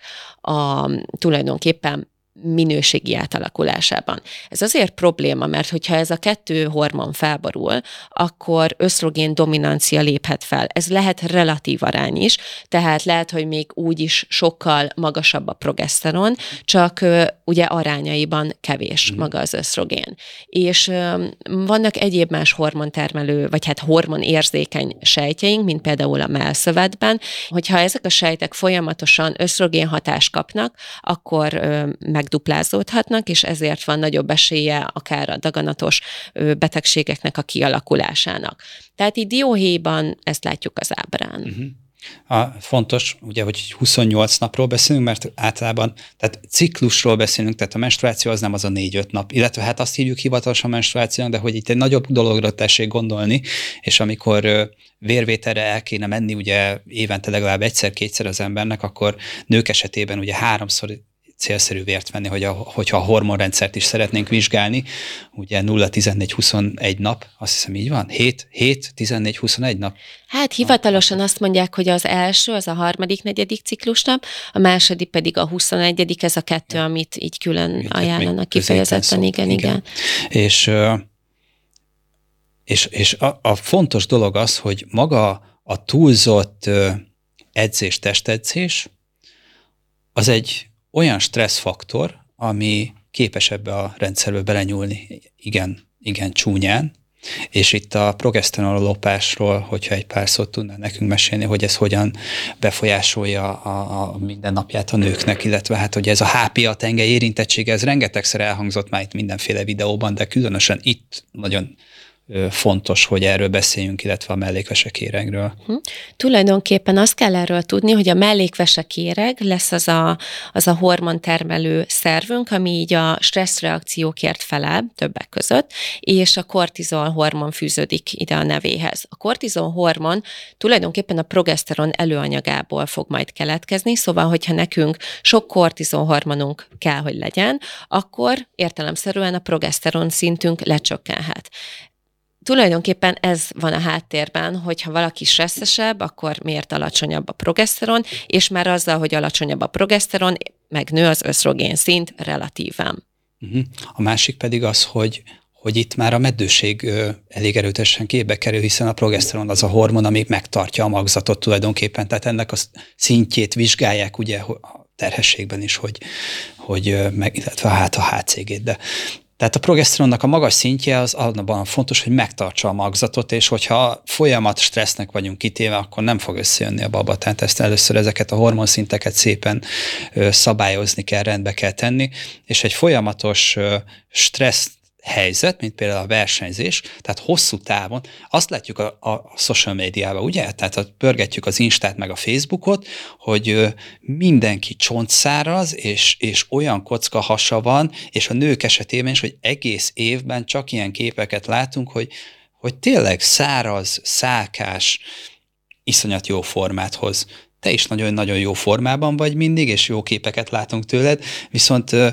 a tulajdonképpen minőségi átalakulásában. Ez azért probléma, mert hogyha ez a kettő hormon felborul, akkor ösztrogén dominancia léphet fel. Ez lehet relatív arány is, tehát lehet, hogy még úgy is sokkal magasabb a progeszteron, csak ugye arányaiban kevés maga az ösztrogén. És vannak egyéb más hormontermelő, vagy hát hormonérzékeny sejtjeink, mint például a mellszövetben, hogyha ezek a sejtek folyamatosan ösztrogén hatást kapnak, akkor meg duplázódhatnak, és ezért van nagyobb esélye akár a daganatos betegségeknek a kialakulásának. Tehát így dióhéjban ezt látjuk az ábrán. Uh-huh. A fontos, ugye, hogy huszonnyolc napról beszélünk, mert általában, tehát ciklusról beszélünk, tehát a menstruáció az nem az a négy-öt nap, illetve hát azt hívjuk hivatalosan menstruációnak, de hogy itt egy nagyobb dologra tessék gondolni, és amikor vérvételre el kéne menni, ugye évente legalább egyszer-kétszer az embernek, akkor nők esetében ugye háromszor célszerű vért venni, hogy a, hogyha a hormonrendszert is szeretnénk vizsgálni, ugye nulla, tizennégy, huszonegy nap, azt hiszem így van, hét, tizennégy, huszonegy nap. Hát hivatalosan azt mondják, hogy az első, az a harmadik, negyedik ciklusnap, a második pedig a huszonegyedik, ez a kettő, ja. amit így külön igen, ajánlanak kifejezetten, igen, igen, igen. És, és, és a, a fontos dolog az, hogy maga a túlzott edzés, testedzés, az egy olyan stresszfaktor, ami képes ebbe a rendszerbe belenyúlni igen, igen csúnyán, és itt a progeszteron lopásról, hogyha egy pár szót tudná nekünk mesélni, hogy ez hogyan befolyásolja a, a mindennapját a nőknek, illetve hát, hogy ez a há pé á tengely érintettsége, ez rengetegszer elhangzott már itt mindenféle videóban, de különösen itt nagyon fontos, hogy erről beszéljünk, illetve a mellékvesekérегről. Hm. Tulajdonképpen azt kell erről tudni, hogy a mellékvesekéreg lesz az a, az a hormontermelő szervünk, ami így a stresszreakciókért felel többek között, és a kortizol hormon fűződik ide a nevéhez. A kortizol hormon tulajdonképpen a progeszteron előanyagából fog majd keletkezni, szóval, hogyha nekünk sok kortizol hormonunk kell, hogy legyen, akkor értelemszerűen a progeszteron szintünk lecsökkenhet. Tulajdonképpen ez van a háttérben, hogyha valaki stresszesebb, akkor miért alacsonyabb a progeszteron, és már azzal, hogy alacsonyabb a progeszteron, megnő az ösztrogén szint relatíven. Uh-huh. A másik pedig az, hogy, hogy itt már a meddőség ö, elég erőteljesen képbe kerül, hiszen a progeszteron az a hormon, ami megtartja a magzatot tulajdonképpen, tehát ennek a szintjét vizsgálják ugye a terhességben is, hogy, hogy meg, illetve hát a há cé gét, de tehát a progeszteronnak a magas szintje az abban fontos, hogy megtartsa a magzatot, és hogyha folyamat stressznek vagyunk kitéve, akkor nem fog összejönni a baba. Tehát ezt először ezeket a hormonszinteket szépen ö, szabályozni kell, rendbe kell tenni, és egy folyamatos ö, stressz helyzet, mint például a versenyzés, tehát hosszú távon, azt látjuk a, a, a social médiában, ugye? Tehát pörgetjük az Instát meg a Facebookot, hogy mindenki csontszáraz, és, és olyan kocka hasa van, és a nők esetében is, hogy egész évben csak ilyen képeket látunk, hogy, hogy tényleg száraz, szálkás, iszonyat jó formát hoz. Te is nagyon-nagyon jó formában vagy mindig, és jó képeket látunk tőled, viszont te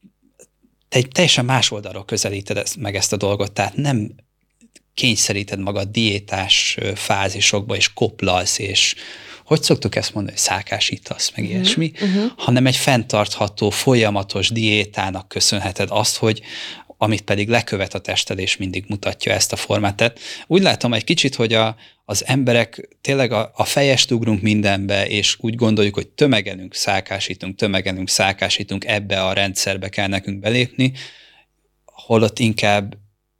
egy teljesen más oldalról közelíted ezt, meg ezt a dolgot, tehát nem kényszeríted magad diétás fázisokba, és koplalsz, és hogy szoktuk ezt mondani, hogy szálkásítasz, meg uh-huh, ilyesmi, uh-huh. hanem egy fenntartható, folyamatos diétának köszönheted azt, hogy amit pedig lekövet a tested, és mindig mutatja ezt a formát. Tehát úgy látom egy kicsit, hogy a, az emberek tényleg a, a fejest ugrunk mindenbe, és úgy gondoljuk, hogy tömegelünk, szálkásítunk, tömegelünk, szálkásítunk, ebbe a rendszerbe kell nekünk belépni, holott inkább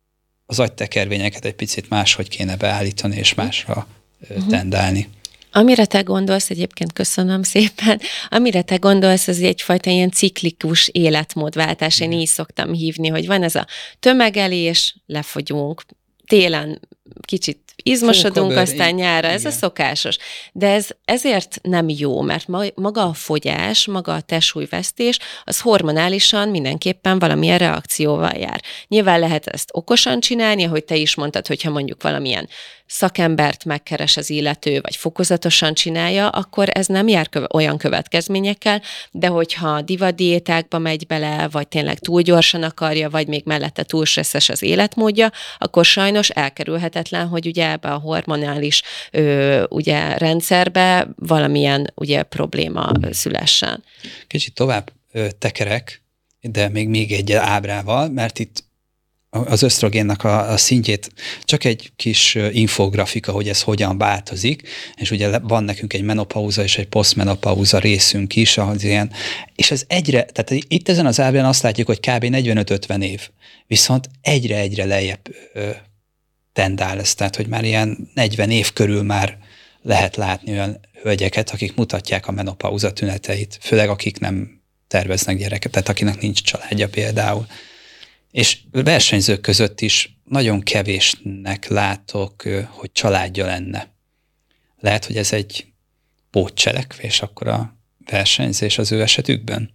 az agytekervényeket egy picit máshogy kéne beállítani, és másra uh-huh. tendálni. Amire te gondolsz, egyébként köszönöm szépen, amire te gondolsz, az egyfajta ilyen ciklikus életmódváltás, én így szoktam hívni, hogy van ez a tömegelés, lefogyunk, télen kicsit izmosodunk, aztán nyára, ez igen. a szokásos. De ez ezért nem jó, mert maga a fogyás, maga a testsúlyvesztés, az hormonálisan mindenképpen valamilyen reakcióval jár. Nyilván lehet ezt okosan csinálni, ahogy te is mondtad, hogyha mondjuk valamilyen szakembert megkeres az illető, vagy fokozatosan csinálja, akkor ez nem jár köve- olyan következményekkel, de hogyha divatdiétákba megy bele, vagy tényleg túl gyorsan akarja, vagy még mellette túl stresszes az életmódja, akkor sajnos elkerülhetetlen, hogy ugye ebbe a hormonális ö, ugye, rendszerbe valamilyen ugye, probléma szülessen. Kicsit tovább ö, tekerek, de még, még egy ábrával, mert itt az ösztrogénnak a, a szintjét, csak egy kis infografika, hogy ez hogyan változik, és ugye van nekünk egy menopauza és egy posztmenopauza részünk is, ahhoz ilyen, és ez egyre, tehát itt ezen az ábrán azt látjuk, hogy kb. negyvenöt-ötven év, viszont egyre-egyre lejjebb ö, tendál ez, tehát hogy már ilyen negyven év körül már lehet látni olyan hölgyeket, akik mutatják a menopauza tüneteit, főleg akik nem terveznek gyereket, tehát akinek nincs családja például. És versenyzők között is nagyon kevésnek látok, hogy családja lenne. Lehet, hogy ez egy pótcselekvés akkor a versenyzés az ő esetükben?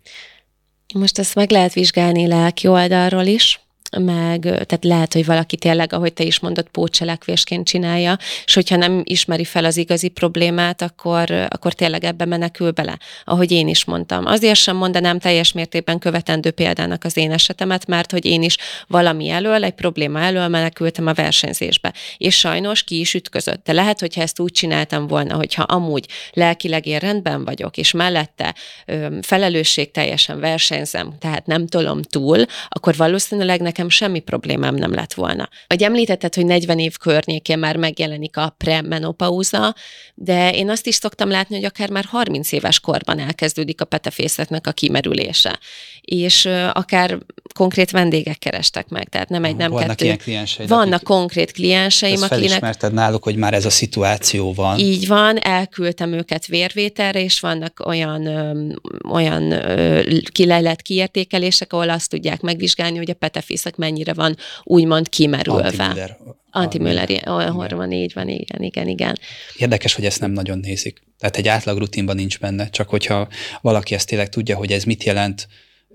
Most ezt meg lehet vizsgálni lelki oldalról is, meg, tehát lehet, hogy valaki tényleg, ahogy te is mondod, pótcselekvésként csinálja, és hogyha nem ismeri fel az igazi problémát, akkor, akkor tényleg ebbe menekül bele, ahogy én is mondtam. Azért sem mondanám teljes mértékben követendő példának az én esetemet, mert hogy én is valami elől, egy probléma elől menekültem a versenyzésbe, és sajnos ki is ütközött. De lehet, hogyha ezt úgy csináltam volna, hogyha amúgy lelkileg én rendben vagyok, és mellette ö, felelősségteljesen versenyzem, tehát nem tolom túl, akkor valószínűleg nekem semmi problémám nem lett volna. Ahogy említetted, hogy negyven év környékén már megjelenik a premenopauza, de én azt is szoktam látni, hogy akár már harminc éves korban elkezdődik a petefészeknek a kimerülése. És uh, akár konkrét vendégek kerestek meg, tehát nem egy, nem Vannak kettő. Ilyen klienseid, Vannak akik, konkrét klienseim, akinek... felismerted náluk, hogy már ez a szituáció van. Így van, elküldtem őket vérvételre, és vannak olyan, ö, olyan ö, kilejlett kiértékelések, ahol azt tudják megvizsgálni, hogy a petefészek mennyire van úgymond kimerülve. Antimüller hormon, így van, igen, igen, igen. Érdekes, hogy ezt nem nagyon nézik. Tehát egy átlag rutinban nincs benne, csak hogyha valaki ezt tényleg tudja, hogy ez mit jelent,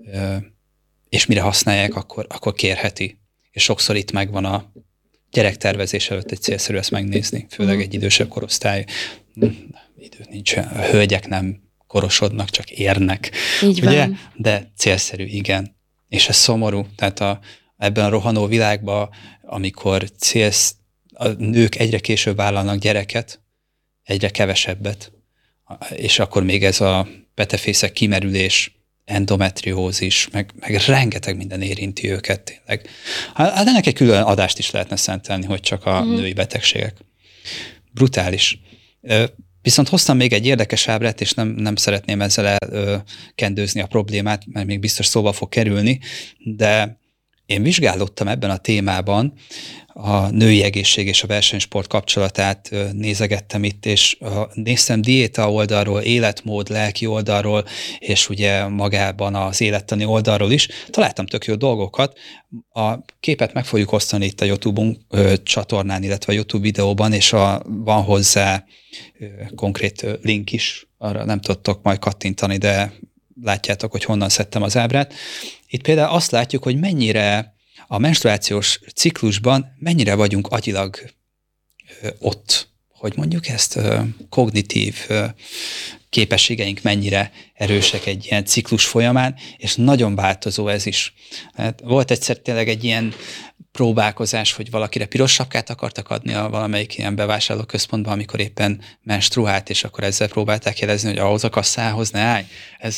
és mire használják, akkor, akkor kérheti. És sokszor itt megvan a gyerektervezés előtt egy célszerű ezt megnézni, főleg egy idősebb korosztály. Idő nincs, a hölgyek nem korosodnak, csak érnek. Így ugye? van. De célszerű, igen. És ez szomorú. Tehát a, ebben a rohanó világban, amikor célsz, a nők egyre később vállalnak gyereket, egyre kevesebbet, és akkor még ez a petefészek kimerülés, endometriózis, meg, meg rengeteg minden érinti őket tényleg. Hát ennek egy külön adást is lehetne szentelni, hogy csak a mm. női betegségek. Brutális. Viszont hoztam még egy érdekes ábrát, és nem, nem szeretném ezzel elkendőzni a problémát, mert még biztos szóba fog kerülni, de én vizsgálódtam ebben a témában, a női egészség és a versenysport kapcsolatát nézegettem itt, és néztem diéta oldalról, életmód, lelki oldalról, és ugye magában az élettani oldalról is. Találtam tök jó dolgokat. A képet meg fogjuk osztani itt a YouTube csatornán, illetve a YouTube videóban, és a, van hozzá konkrét link is, arra nem tudtok majd kattintani, de látjátok, hogy honnan szedtem az ábrát. Itt például azt látjuk, hogy mennyire a menstruációs ciklusban mennyire vagyunk agyilag ö, ott, hogy mondjuk ezt, ö, kognitív ö, képességeink mennyire erősek egy ilyen ciklus folyamán, és nagyon változó ez is. Hát volt egyszer tényleg egy ilyen próbálkozás, hogy valakire piros sapkát akartak adni a valamelyik ilyen bevásárlóközpontban, amikor éppen menstruált, és akkor ezzel próbálták jelezni, hogy ahhoz a kasszához ne állj. Ez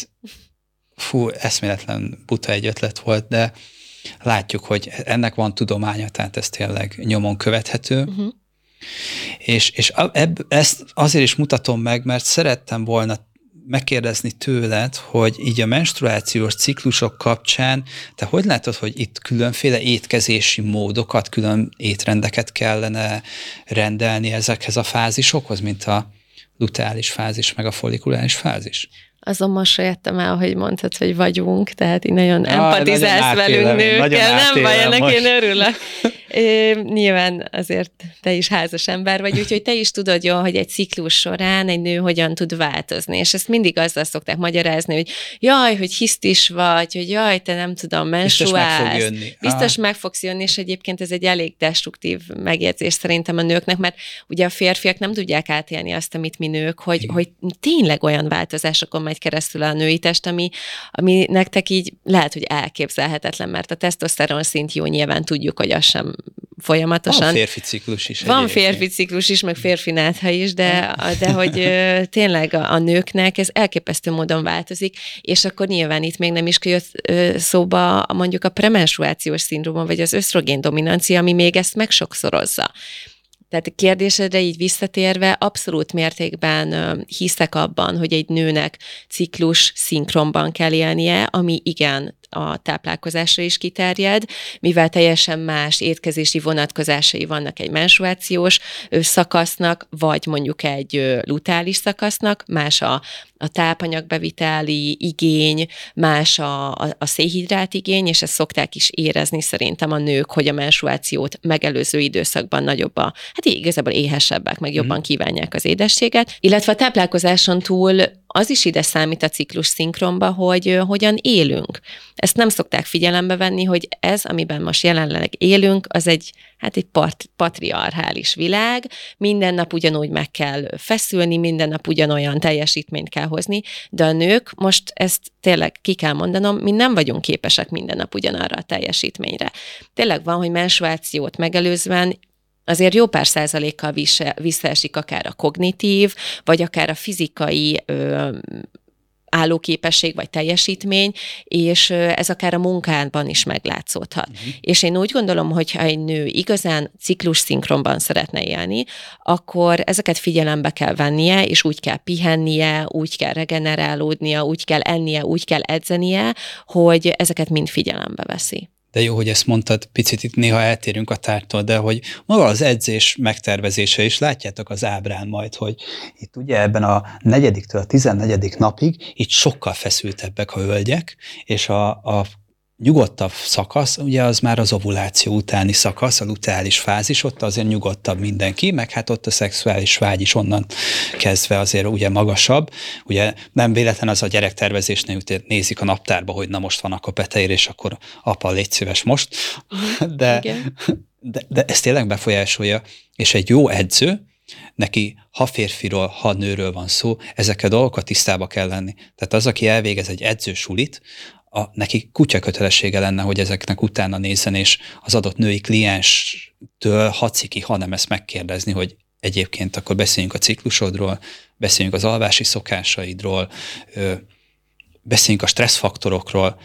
fú, eszméletlen buta egy ötlet volt, de látjuk, hogy ennek van tudománya, tehát ez tényleg nyomon követhető. Uh-huh. És, és ebb, ezt azért is mutatom meg, mert szerettem volna megkérdezni tőled, hogy így a menstruációs ciklusok kapcsán, te hogy látod, hogy itt különféle étkezési módokat, külön étrendeket kellene rendelni ezekhez a fázisokhoz, mint a luteális fázis, meg a follikuláris fázis? Azon most jöttem el, hogy mondtad, hogy vagyunk, tehát így nagyon empatizálsz velünk nőkkel, nem baj, ennek én örülök. É, nyilván azért te is házas ember vagy, úgyhogy te is tudod jól, hogy egy ciklus során egy nő hogyan tud változni, és ezt mindig azzal szokták magyarázni, hogy jaj, hogy hisztis vagy, hogy jaj, te nem tudom, menstruálsz. Biztos meg fog jönni. Biztos meg fogsz jönni, és egyébként ez egy elég destruktív megjegyzés szerintem a nőknek, mert ugye a férfiak nem tudják átélni azt, amit mi nők, hogy, hogy tényleg olyan változásokon megy keresztül a női test, ami, ami nektek így lehet, hogy elképzelhetetlen, mert a tesztoszteron szint jó, nyilván tudjuk, hogy az sem folyamatosan. Van férfi ciklus is. Van férfi ciklus is, meg férfi nátha is, de, de hogy ö, tényleg a, a nőknek ez elképesztő módon változik, és akkor nyilván itt még nem is jött ö, szóba mondjuk a premenstruációs szindróma, vagy az ösztrogén dominancia, ami még ezt megsokszorozza. Tehát a kérdésedre így visszatérve abszolút mértékben hiszek abban, hogy egy nőnek ciklus szinkronban kell élnie, ami igen a táplálkozásra is kiterjed, mivel teljesen más étkezési vonatkozásai vannak egy menstruációs szakasznak, vagy mondjuk egy luteális szakasznak, más a, a tápanyagbeviteli igény, más a, a, a szénhidrát igény, és ezt szokták is érezni szerintem a nők, hogy a menstruációt megelőző időszakban nagyobb a, hát igazából éhesebbek, meg jobban kívánják az édességet, illetve a táplálkozáson túl az is ide számít a ciklus szinkronba, hogy hogyan élünk. Ezt nem szokták figyelembe venni, hogy ez, amiben most jelenleg élünk, az egy, hát egy part, patriarchális világ, minden nap ugyanúgy meg kell feszülni, minden nap ugyanolyan teljesítményt kell hozni, de a nők, most ezt tényleg ki kell mondanom, mi nem vagyunk képesek minden nap ugyanarra a teljesítményre. Tényleg van, hogy menstruációt megelőzően azért jó pár százalékkal visszaesik akár a kognitív, vagy akár a fizikai ö, állóképesség vagy teljesítmény, és ez akár a munkában is meglátszódhat. Uh-huh. És én úgy gondolom, hogy ha egy nő igazán ciklus szinkronban szeretne élni, akkor ezeket figyelembe kell vennie, és úgy kell pihennie, úgy kell regenerálódnia, úgy kell ennie, úgy kell edzenie, hogy ezeket mind figyelembe veszi. De jó, hogy ezt mondtad, picit itt néha eltérünk a tártól, de hogy maga az edzés megtervezése is, látjátok az ábrán majd, hogy itt ugye ebben a negyediktől a tizennegyedik napig itt sokkal feszültebbek a hölgyek, és a, a nyugodtabb szakasz, ugye az már az ovuláció utáni szakasz, a luteális fázis, ott azért nyugodtabb mindenki, meg hát ott a szexuális vágy is onnan kezdve azért ugye magasabb. Ugye nem véletlen az a gyerektervezésnél nézik a naptárba, hogy na most van a peteér, és akkor apa, légy szíves most. De, de, de ez tényleg befolyásolja, és egy jó edző, neki ha férfiról, ha nőről van szó, ezekkel a dolgokat tisztába kell lenni. Tehát az, aki elvégez egy edzősulit, A, neki kutya kötelessége lenne, hogy ezeknek utána nézzen, és az adott női klienstől haciki, hanem ezt megkérdezni, hogy egyébként akkor beszéljünk a ciklusodról, beszéljünk az alvási szokásaidról, beszéljünk a stresszfaktorokról.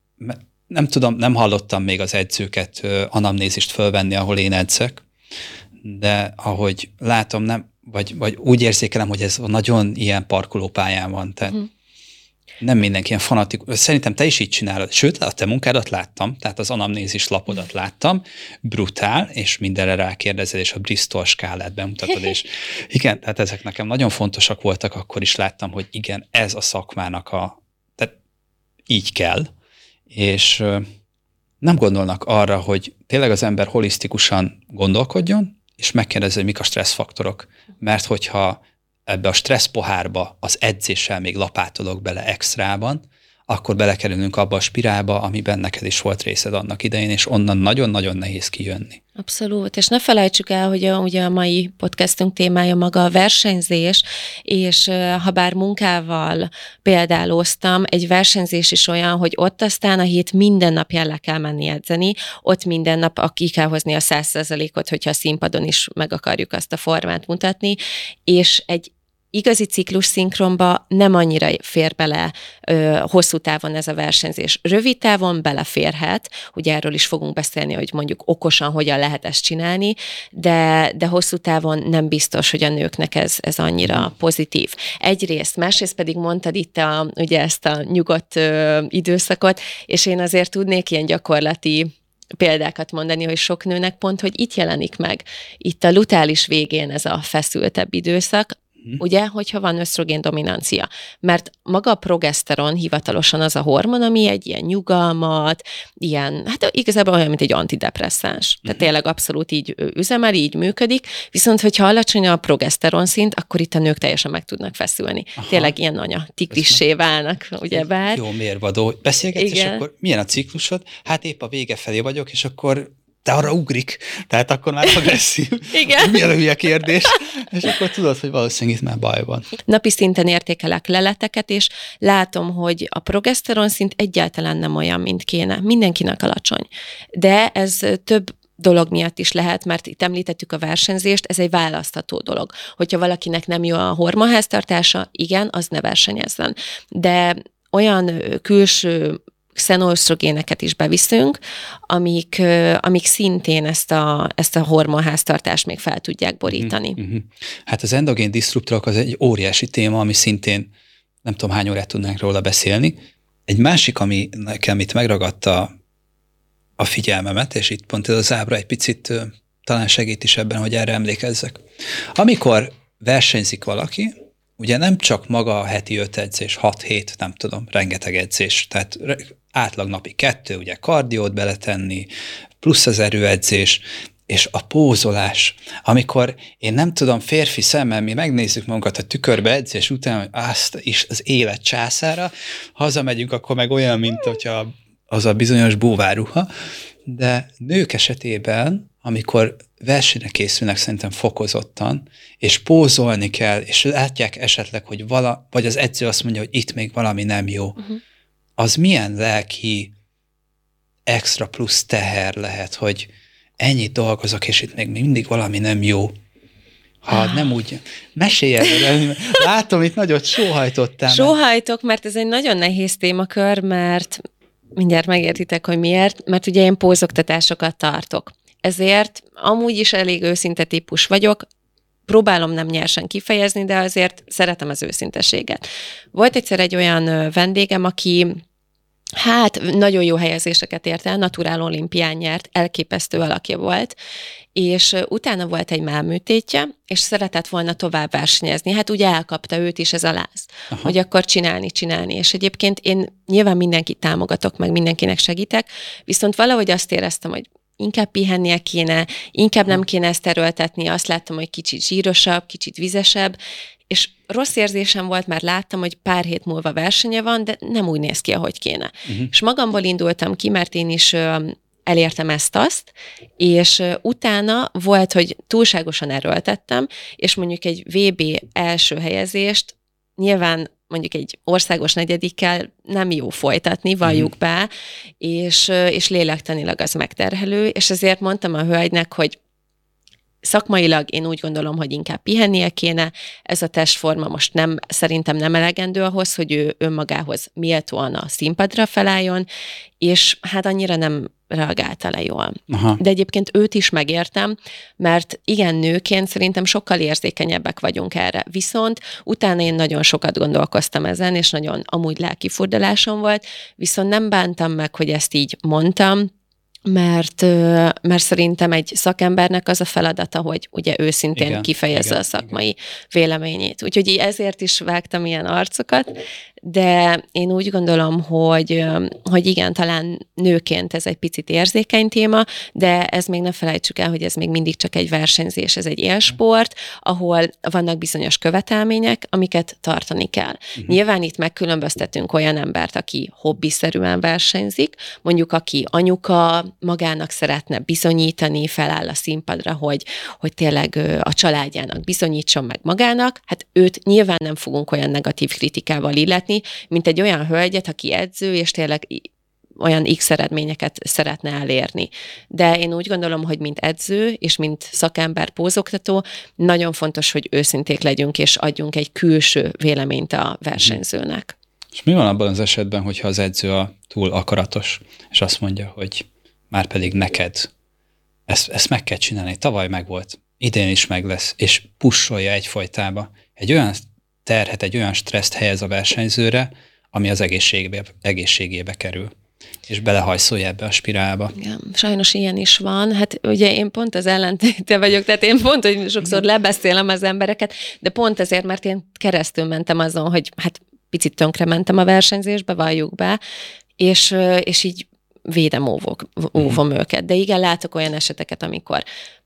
Nem tudom, nem hallottam még az edzőket anamnézist fölvenni, ahol én edzek, de ahogy látom, nem, vagy, vagy úgy érzékelem, hogy ez nagyon ilyen parkolópályán van, tehát uh-huh. nem mindenki ilyen fanatikus. Szerintem te is így csinálod. Sőt, a te munkádat láttam, tehát az anamnézis lapodat láttam, brutál, és mindenre rákérdezed, és a Bristol skálát bemutatod, és igen, tehát ezek nekem nagyon fontosak voltak, akkor is láttam, hogy igen, ez a szakmának a, tehát így kell, és nem gondolnak arra, hogy tényleg az ember holisztikusan gondolkodjon, és megkérdezze, hogy mik a stresszfaktorok. Mert hogyha ebbe a stressz pohárba az edzéssel még lapátolok bele extrában, akkor belekerülünk abba a spirálba, amiben neked is volt részed annak idején, és onnan nagyon-nagyon nehéz kijönni. Abszolút, és ne felejtsük el, hogy a, ugye a mai podcastunk témája maga a versenyzés, és ha bár munkával példáloztam, egy versenyzés is olyan, hogy ott aztán a hét minden napján le kell menni edzeni, ott minden nap ki kell hozni a száz százalékot, hogyha a színpadon is meg akarjuk azt a formát mutatni, és egy igazi ciklus szinkronba nem annyira fér bele ö, hosszú távon ez a versenyzés. Rövid távon beleférhet, ugye erről is fogunk beszélni, hogy mondjuk okosan hogyan lehet ezt csinálni, de, de hosszú távon nem biztos, hogy a nőknek ez, ez annyira pozitív. Egyrészt, másrészt pedig mondtad itt a, ugye ezt a nyugodt ö, időszakot, és én azért tudnék ilyen gyakorlati példákat mondani, hogy sok nőnek pont, hogy itt jelenik meg. Itt a lutális végén ez a feszültebb időszak, ugye, hogyha van ösztrogén dominancia. Mert maga a progeszteron hivatalosan az a hormon, ami egy ilyen nyugalmat, ilyen, hát igazából olyan, mint egy antidepresszáns. Tehát tényleg abszolút így üzemel, így működik, viszont hogyha alacsony a progeszteron szint, akkor itt a nők teljesen meg tudnak feszülni. Aha. Tényleg ilyen anya tigrissé válnak, ugye bár. Jó mérvadó. Beszélgetsz, és akkor milyen a ciklusod? Hát épp a vége felé vagyok, és akkor de arra ugrik, tehát akkor már agresszív. Igen. Milyen hülye kérdés. És akkor tudod, hogy valószínűleg itt már baj van. Napi szinten értékelek leleteket, és látom, hogy a progeszteron szint egyáltalán nem olyan, mint kéne. Mindenkinek alacsony. De ez több dolog miatt is lehet, mert itt említettük a versenyzést, ez egy választható dolog. Hogyha valakinek nem jó a hormonháztartása, igen, az ne versenyezzen. De olyan külső xenoösztrogéneket is beviszünk, amik, amik szintén ezt a, ezt a hormonháztartást még fel tudják borítani. Uh-huh. Hát az endogén diszruptorok az egy óriási téma, ami szintén nem tudom hány órát tudnánk róla beszélni. Egy másik, ami nekem itt megragadta a figyelmemet, és itt pont ez az ábra egy picit talán segít is ebben, hogy erre emlékezzek. Amikor versenyzik valaki, ugye nem csak maga a heti öt edzés, hat hét, nem tudom, rengeteg edzés, tehát átlag napi kettő, ugye kardiót beletenni, plusz az erőedzés, és a pózolás, amikor én nem tudom, férfi szemmel mi megnézzük magunkat a tükörbe edzés után, hogy azt is az élet császára, hazamegyünk, akkor meg olyan, mint hogyha az a bizonyos búváruha, de nők esetében, amikor versenyre készülnek szerintem fokozottan, és pózolni kell, és látják esetleg, hogy vala, vagy az edző azt mondja, hogy itt még valami nem jó, uh-huh. az milyen lelki extra plusz teher lehet, hogy ennyit dolgozok, és itt még mindig valami nem jó. Ha ah. nem úgy, mesélj el, látom, itt nagyot sóhajtottál. Sóhajtok, mert ez egy nagyon nehéz témakör, mert mindjárt megértitek, hogy miért, mert ugye én pózoktatásokat tartok. Ezért amúgy is elég őszinte típus vagyok, próbálom nem nyersen kifejezni, de azért szeretem az őszintességet. Volt egyszer egy olyan vendégem, aki hát nagyon jó helyezéseket ért el, naturál olimpián nyert, elképesztő alakja volt, és utána volt egy mellműtétje, és szeretett volna tovább versenyezni. Hát ugye elkapta őt is ez a láz, Aha. hogy akkor csinálni, csinálni. És egyébként én nyilván mindenkit támogatok, meg mindenkinek segítek, viszont valahogy azt éreztem, hogy inkább pihennie kéne, inkább nem kéne ezt erőltetni, azt láttam, hogy kicsit zsírosabb, kicsit vizesebb, és rossz érzésem volt, mert láttam, hogy pár hét múlva versenye van, de nem úgy néz ki, ahogy kéne. Uh-huh. És magamból indultam ki, mert én is ö, elértem ezt-azt, és ö, utána volt, hogy túlságosan erőltettem, és mondjuk egy vé bé első helyezést nyilván mondjuk egy országos negyedikkel nem jó folytatni, valljuk uh-huh. be, és, és lélektanilag az megterhelő, és ezért mondtam a hölgynek, hogy szakmailag én úgy gondolom, hogy inkább pihennie kéne, ez a testforma most nem, szerintem nem elegendő ahhoz, hogy ő önmagához méltóan a színpadra felálljon, és hát annyira nem reagálta le jól. Aha. De egyébként őt is megértem, mert igen, nőként szerintem sokkal érzékenyebbek vagyunk erre. Viszont utána én nagyon sokat gondolkoztam ezen, és nagyon amúgy lelki furdalásom volt, viszont nem bántam meg, hogy ezt így mondtam, mert, mert szerintem egy szakembernek az a feladata, hogy ugye őszintén igen, kifejezze igen, a szakmai igen. véleményét. Úgyhogy ezért is vágtam ilyen arcokat, de én úgy gondolom, hogy, hogy igen, talán nőként ez egy picit érzékeny téma, de ez még ne felejtsük el, hogy ez még mindig csak egy versenyzés, ez egy élsport, ahol vannak bizonyos követelmények, amiket tartani kell. Uh-huh. Nyilván itt megkülönböztetünk olyan embert, aki hobbiszerűen versenyzik, mondjuk aki anyuka, magának szeretne bizonyítani, feláll a színpadra, hogy, hogy tényleg a családjának bizonyítson meg magának, hát őt nyilván nem fogunk olyan negatív kritikával illetni, mint egy olyan hölgyet, aki edző, és tényleg olyan X eredményeket szeretne elérni. De én úgy gondolom, hogy mint edző, és mint szakember, pózoktató, nagyon fontos, hogy őszinték legyünk, és adjunk egy külső véleményt a versenyzőnek. És mi van abban az esetben, hogyha az edző a túl akaratos, és azt mondja, hogy már pedig neked ezt, ezt meg kell csinálni, tavaly meg volt, idén is meg lesz, és pussolja egyfolytába. Egy olyan terhet, egy olyan stresszt helyez a versenyzőre, ami az egészségébe, egészségébe kerül, és belehajszolja ebbe a spirálba. Igen, sajnos ilyen is van. Hát ugye én pont az ellentéte vagyok, tehát én pont, hogy sokszor lebeszélem az embereket, de pont ezért, mert én keresztül mentem azon, hogy hát picit tönkre mentem a versenyzésbe, valljuk be, és, és így védem óvok, óvom uh-huh. őket. De igen, látok olyan eseteket, amikor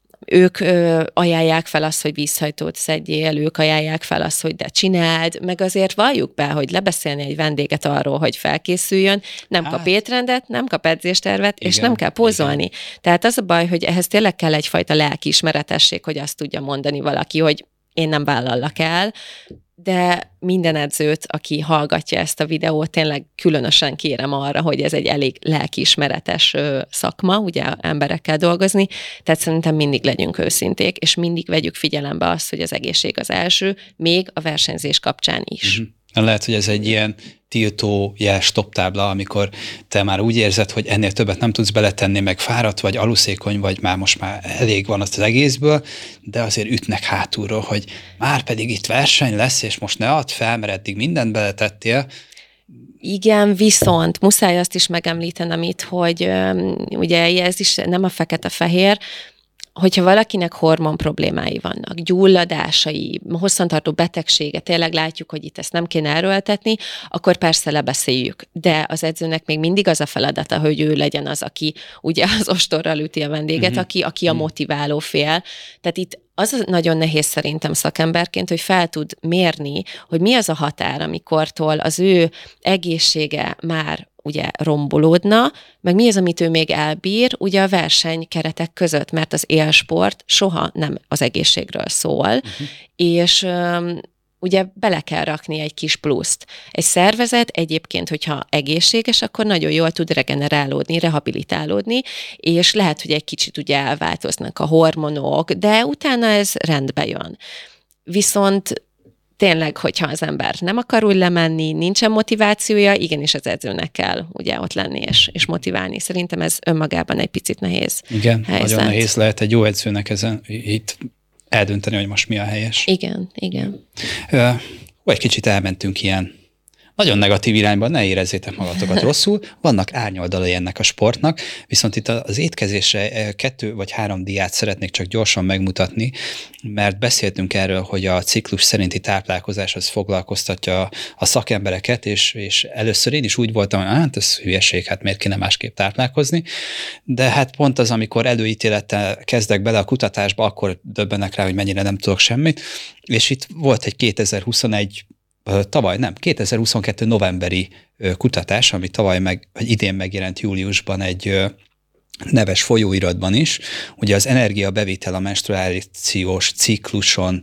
ők ö, ajánlják fel azt, hogy vízhajtót szedjél, ők ajánlják fel azt, hogy de csináld, meg azért valljuk be, hogy lebeszélni egy vendéget arról, hogy felkészüljön, nem hát. kap étrendet, nem kap edzéstervet, igen, és nem kell pózolni. Igen. Tehát az a baj, hogy ehhez tényleg kell egyfajta lelkiismeretesség, hogy azt tudja mondani valaki, hogy én nem vállallak el, de minden edzőt, aki hallgatja ezt a videót, tényleg különösen kérem arra, hogy ez egy elég lelkiismeretes szakma, ugye emberekkel dolgozni, tehát szerintem mindig legyünk őszinték, és mindig vegyük figyelembe azt, hogy az egészség az első, még a versenyzés kapcsán is. Mm-hmm. Lehet, hogy ez egy ilyen tiltó jel stop tábla, amikor te már úgy érzed, hogy ennél többet nem tudsz beletenni, meg fáradt vagy, aluszékony vagy, már most már elég van az egészből, de azért ütnek hátulról, hogy már pedig itt verseny lesz, és most ne add fel, mert eddig mindent beletettél. Igen, viszont muszáj azt is megemlítenem itt, hogy um, ugye ez is nem a fekete-fehér, hogyha valakinek hormon problémái vannak, gyulladásai, hosszantartó betegsége, tényleg látjuk, hogy itt ezt nem kéne erőltetni, akkor persze lebeszéljük. De az edzőnek még mindig az a feladata, hogy ő legyen az, aki ugye az ostorral üti a vendéget, uh-huh. aki, aki a motiváló fél. Tehát itt az nagyon nehéz szerintem szakemberként, hogy fel tud mérni, hogy mi az a határ, amikortól az ő egészsége már ugye rombolódna, meg mi az, amit ő még elbír, ugye a verseny keretek között, mert az élsport soha nem az egészségről szól, uh-huh. és um, ugye bele kell rakni egy kis pluszt. Egy szervezet egyébként, hogyha egészséges, akkor nagyon jól tud regenerálódni, rehabilitálódni, és lehet, hogy egy kicsit ugye elváltoznak a hormonok, de utána ez rendbe jön. Viszont tényleg, hogyha az ember nem akar úgy lemenni, nincsen motivációja, igenis az edzőnek kell ugye ott lenni és, és motiválni. Szerintem ez önmagában egy picit nehéz Igen, helyzet. Nagyon nehéz lehet egy jó edzőnek ezen itt eldönteni, hogy most mi a helyes. Igen, igen. Ö, egy kicsit elmentünk ilyen nagyon negatív irányban, ne érezzétek magatokat rosszul, vannak árnyoldalai ennek a sportnak, viszont itt az étkezésre kettő vagy három diát szeretnék csak gyorsan megmutatni, mert beszéltünk erről, hogy a ciklus szerinti táplálkozás az foglalkoztatja a szakembereket, és, és először én is úgy voltam, hogy hát ez hülyeség, hát miért kéne másképp táplálkozni, de hát pont az, amikor előítélettel kezdek bele a kutatásba, akkor döbbenek rá, hogy mennyire nem tudok semmit, és itt volt egy kétezer-huszonegy tavaly, nem, kétezer-huszonkettő novemberi kutatás, ami tavaly meg, vagy idén megjelent júliusban egy neves folyóiratban is, ugye az energiabevétel a menstruációs cikluson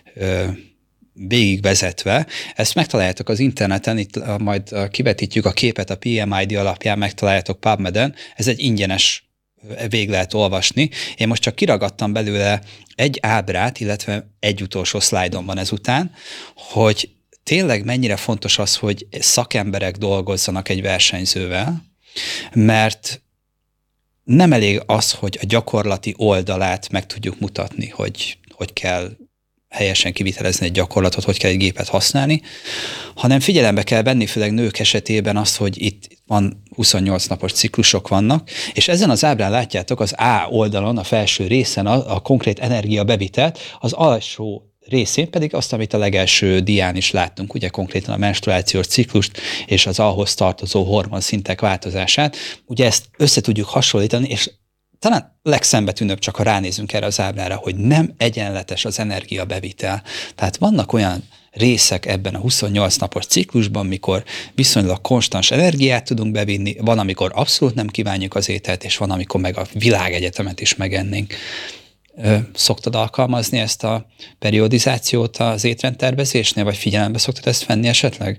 végigvezetve. Ezt megtaláljátok az interneten, itt majd kivetítjük a képet a pé em i dé alapján, megtaláljátok PubMed-en. Ez egy ingyenes végig lehet olvasni. Én most csak kiragadtam belőle egy ábrát, illetve egy utolsó szlájdon van ezután, hogy tényleg mennyire fontos az, hogy szakemberek dolgozzanak egy versenyzővel, mert nem elég az, hogy a gyakorlati oldalát meg tudjuk mutatni, hogy hogy kell helyesen kivitelezni egy gyakorlatot, hogy kell egy gépet használni, hanem figyelembe kell venni, főleg nők esetében azt, hogy itt van huszonnyolc napos ciklusok vannak, és ezen az ábrán látjátok az A oldalon, a felső részen a, a konkrét energiabevitelt, az alsó részén pedig azt, amit a legelső dián is láttunk, ugye konkrétan a menstruációs ciklust és az ahhoz tartozó hormonszintek változását. Ugye ezt össze tudjuk hasonlítani, és talán legszembetűnőbb, csak ha ránézünk erre az ábrára, hogy nem egyenletes az energiabevitel. Tehát vannak olyan részek ebben a huszonnyolc napos ciklusban, mikor viszonylag konstans energiát tudunk bevinni, van, amikor abszolút nem kívánjuk az ételt, és van, amikor meg a világegyetemet is megennénk. Szoktad alkalmazni ezt a periodizációt az étrendtervezésnél, vagy figyelembe szoktad ezt venni esetleg?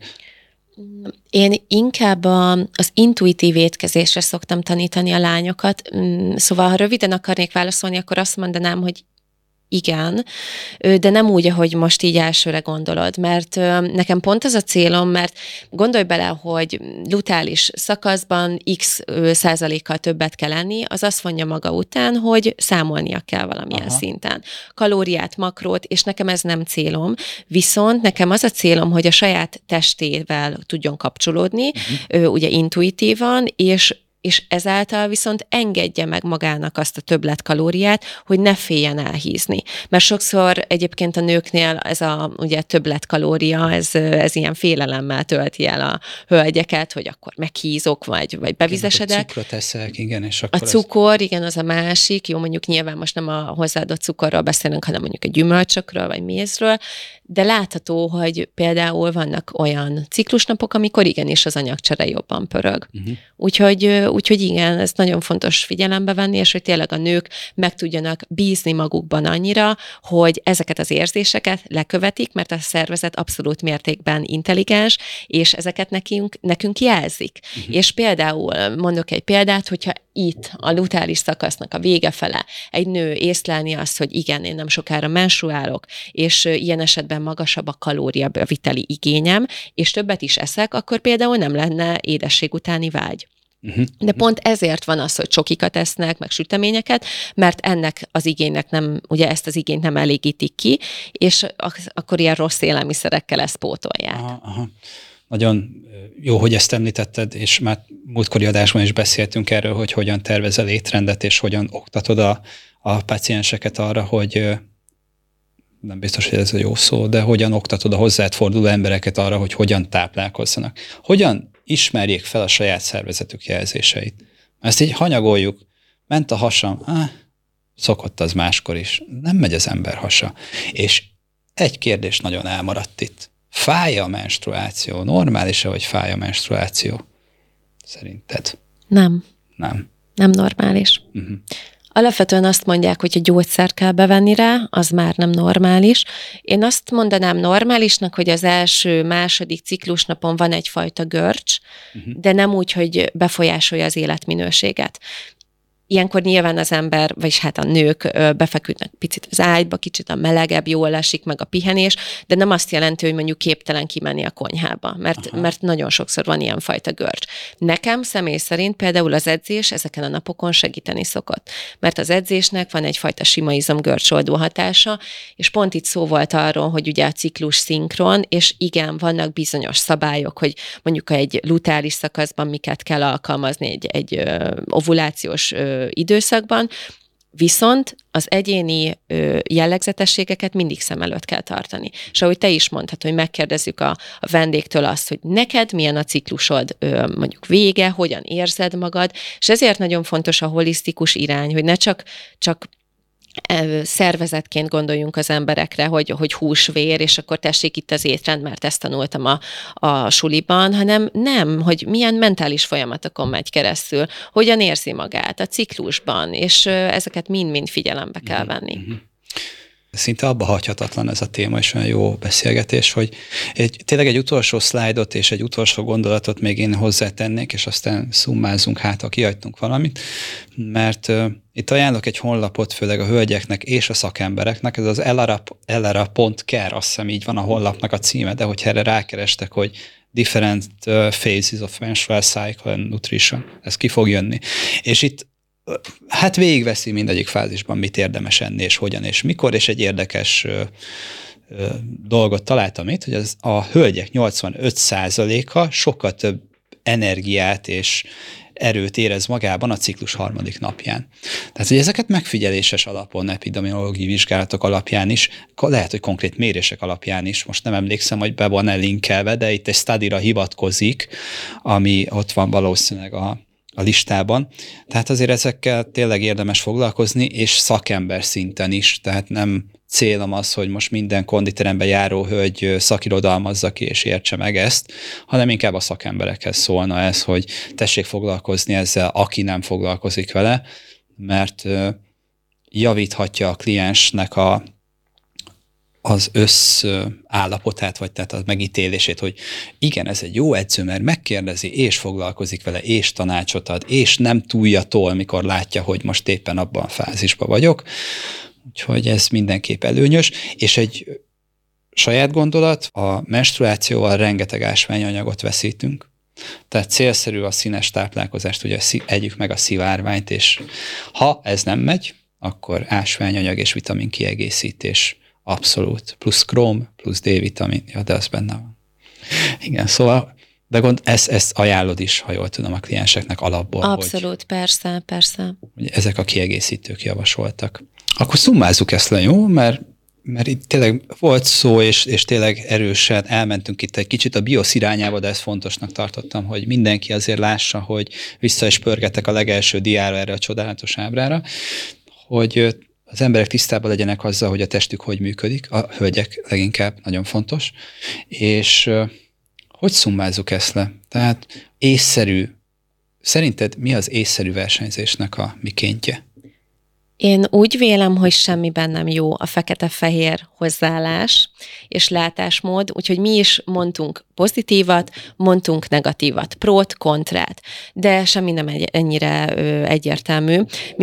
Én inkább a, az intuitív étkezésre szoktam tanítani a lányokat, szóval ha röviden akarnék válaszolni, akkor azt mondanám, hogy igen, de nem úgy, ahogy most így elsőre gondolod, mert nekem pont az a célom, mert gondolj bele, hogy luteális szakaszban x százalékkal többet kell enni, az azt mondja maga után, hogy számolnia kell valamilyen Aha. szinten. Kalóriát, makrót, és nekem ez nem célom, viszont nekem az a célom, hogy a saját testével tudjon kapcsolódni, uh-huh. ugye intuitívan, és és ezáltal viszont engedje meg magának azt a többletkalóriát, hogy ne féljen elhízni. Mert sokszor egyébként a nőknél ez a ugye többletkalória, ez, ez ilyen félelemmel tölti el a hölgyeket, hogy akkor meghízok, vagy, vagy bevizesedek. Igen, cukrot eszek, igen, és akkor A cukor, az... igen, az a másik. Jó, mondjuk nyilván most nem a hozzáadott cukorról beszélünk, hanem mondjuk a gyümölcsökről, vagy mézről, de látható, hogy például vannak olyan ciklusnapok, amikor igenis az anyagcsere jobban pörög. Uh-huh. Úgyhogy, úgyhogy igen, ez nagyon fontos figyelembe venni, és hogy tényleg a nők meg tudjanak bízni magukban annyira, hogy ezeket az érzéseket lekövetik, mert a szervezet abszolút mértékben intelligens, és ezeket nekünk, nekünk jelzik. Uh-huh. És például mondok egy példát, hogyha itt a luteális szakasznak a vége fele egy nő észlelni azt, hogy igen, én nem sokára menstruálok, és ilyen esetben magasabb a kalóriabeviteli igényem, és többet is eszek, akkor például nem lenne édesség utáni vágy. Uh-huh. De pont ezért van az, hogy csokikat esznek, meg süteményeket, mert ennek az igénynek nem, ugye ezt az igényt nem elégítik ki, és ak- akkor ilyen rossz élelmiszerekkel ezt pótolják. Aha, aha. Nagyon jó, hogy ezt említetted, és már múltkori adásban is beszéltünk erről, hogy hogyan tervezel étrendet, és hogyan oktatod a, a pácienseket arra, hogy nem biztos, hogy ez a jó szó, de hogyan oktatod a hozzád forduló embereket arra, hogy hogyan táplálkozzanak. Hogyan ismerjék fel a saját szervezetük jelzéseit. Ezt így hanyagoljuk. Ment a hasam, ah, szokott az máskor is. Nem megy az ember hasa. És egy kérdés nagyon elmaradt itt. Fáj a menstruáció? Normális-e, hogy fáj a menstruáció? Szerinted? Nem. Nem. Nem normális. Uh-huh. Alapvetően azt mondják, hogy a gyógyszer kell bevenni rá, az már nem normális. Én azt mondanám normálisnak, hogy az első, második ciklusnapon van egyfajta görcs, uh-huh. de nem úgy, hogy befolyásolja az életminőséget. Ilyenkor nyilván az ember, vagyis hát a nők befeküdnek picit az ágyba, kicsit a melegebb, jól esik meg a pihenés, de nem azt jelenti, hogy mondjuk képtelen kimenni a konyhába, mert, mert nagyon sokszor van ilyen fajta görcs. Nekem személy szerint például az edzés ezeken a napokon segíteni szokott, mert az edzésnek van egyfajta sima izomgörcsoldó hatása, és pont itt szó volt arról, hogy ugye a ciklus szinkron, és igen, vannak bizonyos szabályok, hogy mondjuk egy luteális szakaszban miket kell alkalmazni egy, egy ö, ovulációs ö, időszakban, viszont az egyéni ö, jellegzetességeket mindig szem előtt kell tartani. És ahogy te is mondtad, hogy megkérdezzük a, a vendégtől azt, hogy neked milyen a ciklusod ö, mondjuk vége, hogyan érzed magad, és ezért nagyon fontos a holisztikus irány, hogy ne csak, csak szervezetként gondoljunk az emberekre, hogy, hogy húsvér, és akkor tessék itt az étrend, mert ezt tanultam a, a suliban, hanem nem, hogy milyen mentális folyamatokon megy keresztül, hogyan érzi magát a ciklusban, és ezeket mind-mind figyelembe kell venni. Szinte abba hagyhatatlan ez a téma, és olyan jó beszélgetés, hogy egy, tényleg egy utolsó szlájdot és egy utolsó gondolatot még én hozzátennék, és aztán szummázunk, hát ha kihagytunk valamit, mert uh, itt ajánlok egy honlapot, főleg a hölgyeknek és a szakembereknek, ez az elera pont care, azt hiszem így van a honlapnak a címe, de hogyha erre rákerestek, hogy Different uh, Phases of Menstrual Cycle and Nutrition, ez ki fog jönni. És itt hát végigveszi mindegyik fázisban, mit érdemes enni, és hogyan, és mikor, és egy érdekes ö, ö, dolgot találtam itt, hogy az, a hölgyek nyolcvanöt százaléka sokkal több energiát és erőt érez magában a ciklus harmadik napján. Tehát, hogy ezeket megfigyeléses alapon, epidemiológiai vizsgálatok alapján is, lehet, hogy konkrét mérések alapján is, most nem emlékszem, hogy be van-e linkelve, de itt egy studyra hivatkozik, ami ott van valószínűleg a a listában. Tehát azért ezekkel tényleg érdemes foglalkozni, és szakember szinten is. Tehát nem célom az, hogy most minden konditerembe járó hölgy szakirodalmazza ki és értse meg ezt, hanem inkább a szakemberekhez szólna ez, hogy tessék foglalkozni ezzel, aki nem foglalkozik vele, mert javíthatja a kliensnek a az összállapotát, vagy tehát a megítélését, hogy igen, ez egy jó edző, mert megkérdezi, és foglalkozik vele, és tanácsot ad, és nem túljatol, mikor látja, hogy most éppen abban a fázisban vagyok. Úgyhogy ez mindenképp előnyös, és egy saját gondolat, a menstruációval rengeteg ásványanyagot veszítünk, tehát célszerű a színes táplálkozást, ugye együk meg a szivárványt, és ha ez nem megy, akkor ásványanyag és vitamin kiegészítés abszolút. Plusz króm, plusz D-vitamin. Ja, de az benne van. Igen, szóval, de gond, ezt, ezt ajánlod is, ha jól tudom, a klienseknek alapból. Abszolút, hogy, persze, persze. Hogy ezek a kiegészítők javasoltak. Akkor szummázzuk ezt le, jó? Mert, mert itt tényleg volt szó, és, és tényleg erősen elmentünk itt egy kicsit a biosz irányába, de ezt fontosnak tartottam, hogy mindenki azért lássa, hogy vissza is pörgetek a legelső diára, erre a csodálatos ábrára, hogy az emberek tisztában legyenek azzal, hogy a testük hogy működik, a hölgyek leginkább nagyon fontos, és hogy szummázzuk ezt le? Tehát észszerű, szerinted mi az észszerű versenyzésnek a mikéntje? Én úgy vélem, hogy semmiben nem jó a fekete-fehér hozzáállás és látásmód, úgyhogy mi is mondtunk pozitívat, mondtunk negatívat, prót, kontrát, de semmi nem egy, ennyire ö, egyértelmű,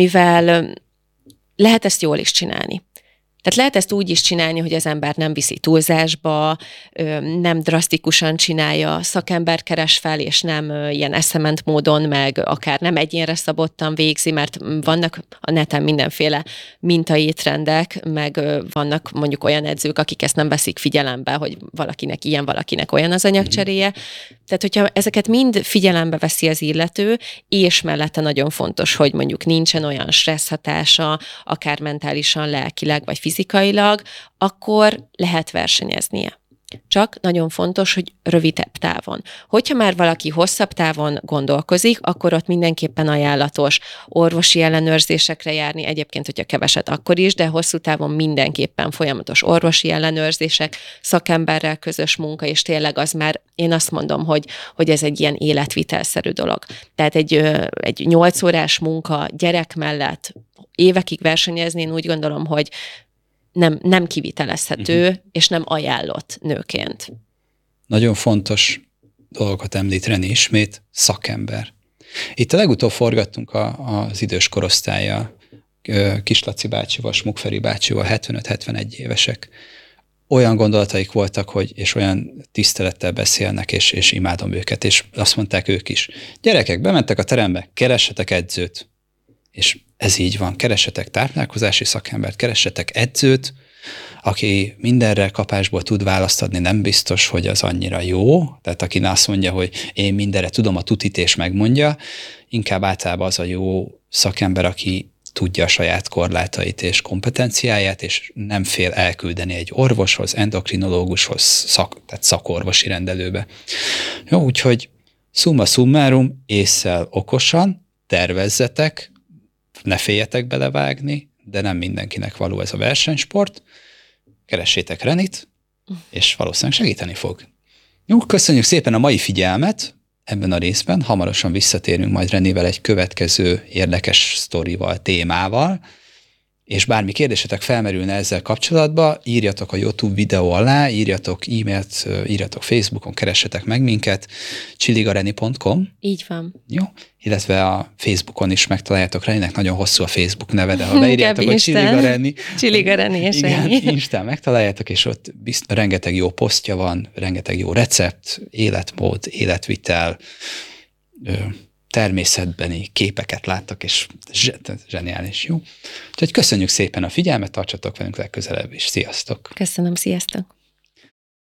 mivel lehet ezt jól is csinálni. Tehát lehet ezt úgy is csinálni, hogy az ember nem viszi túlzásba, nem drasztikusan csinálja, szakember keres fel, és nem ilyen eszement módon, meg akár nem egyénre szabottan végzi, mert vannak a neten mindenféle mintaétrendek, meg vannak mondjuk olyan edzők, akik ezt nem veszik figyelembe, hogy valakinek ilyen, valakinek olyan az anyagcseréje. Tehát, hogyha ezeket mind figyelembe veszi az illető, és mellette nagyon fontos, hogy mondjuk nincsen olyan stressz hatása, akár mentálisan, lelkileg, vagy fizikailag, akkor lehet versenyeznie. Csak nagyon fontos, hogy rövidebb távon. Hogyha már valaki hosszabb távon gondolkozik, akkor ott mindenképpen ajánlatos orvosi ellenőrzésekre járni, egyébként, hogyha keveset, akkor is, de hosszú távon mindenképpen folyamatos orvosi ellenőrzések, szakemberrel közös munka, és tényleg az már, én azt mondom, hogy, hogy ez egy ilyen életvitelszerű dolog. Tehát egy, egy nyolc órás munka gyerek mellett évekig versenyezni, én úgy gondolom, hogy nem, nem kivitelezhető, uh-huh. és nem ajánlott nőként. Nagyon fontos dolgokat említeni ismét, szakember. Itt a legutóbb forgattunk a, az idős korosztállyal, Kislaci bácsival, Smukferi bácsival, hetvenöt-hetvenegy évesek. Olyan gondolataik voltak, hogy, és olyan tisztelettel beszélnek, és, és imádom őket, és azt mondták ők is. Gyerekek, bementek a terembe, keressetek edzőt. És ez így van, keressetek táplálkozási szakembert, keressetek edzőt, aki mindenre kapásból tud választ adni, nem biztos, hogy az annyira jó, tehát aki azt mondja, hogy én mindenre tudom a tutit és megmondja, inkább általában az a jó szakember, aki tudja a saját korlátait és kompetenciáját, és nem fél elküldeni egy orvoshoz, endokrinológushoz, szak, tehát szakorvosi rendelőbe. Jó, úgyhogy summa summarum, ésszel okosan, tervezzetek, ne féljetek belevágni, de nem mindenkinek való ez a versenysport. Keressétek Renit, és valószínűleg segíteni fog. Jó, köszönjük szépen a mai figyelmet ebben a részben. Hamarosan visszatérünk majd Renivel egy következő érdekes sztorival, témával, és bármi kérdésetek felmerülne ezzel kapcsolatban, írjatok a YouTube videó alá, írjatok e-mailt, írjatok Facebookon, keressetek meg minket, csiligareni pont com. Így van. Jó, illetve a Facebookon is megtaláljátok Reninek, nagyon hosszú a Facebook neve, de ha beírjátok, hogy Csiligareni. Csiligareni, és igen, Instán megtaláljátok, és ott bizt, rengeteg jó posztja van, rengeteg jó recept, életmód, életvitel, természetbeni képeket láttak, és zseniális, jó? Úgyhogy köszönjük szépen a figyelmet, tartsatok velünk legközelebb is. Sziasztok! Köszönöm, sziasztok!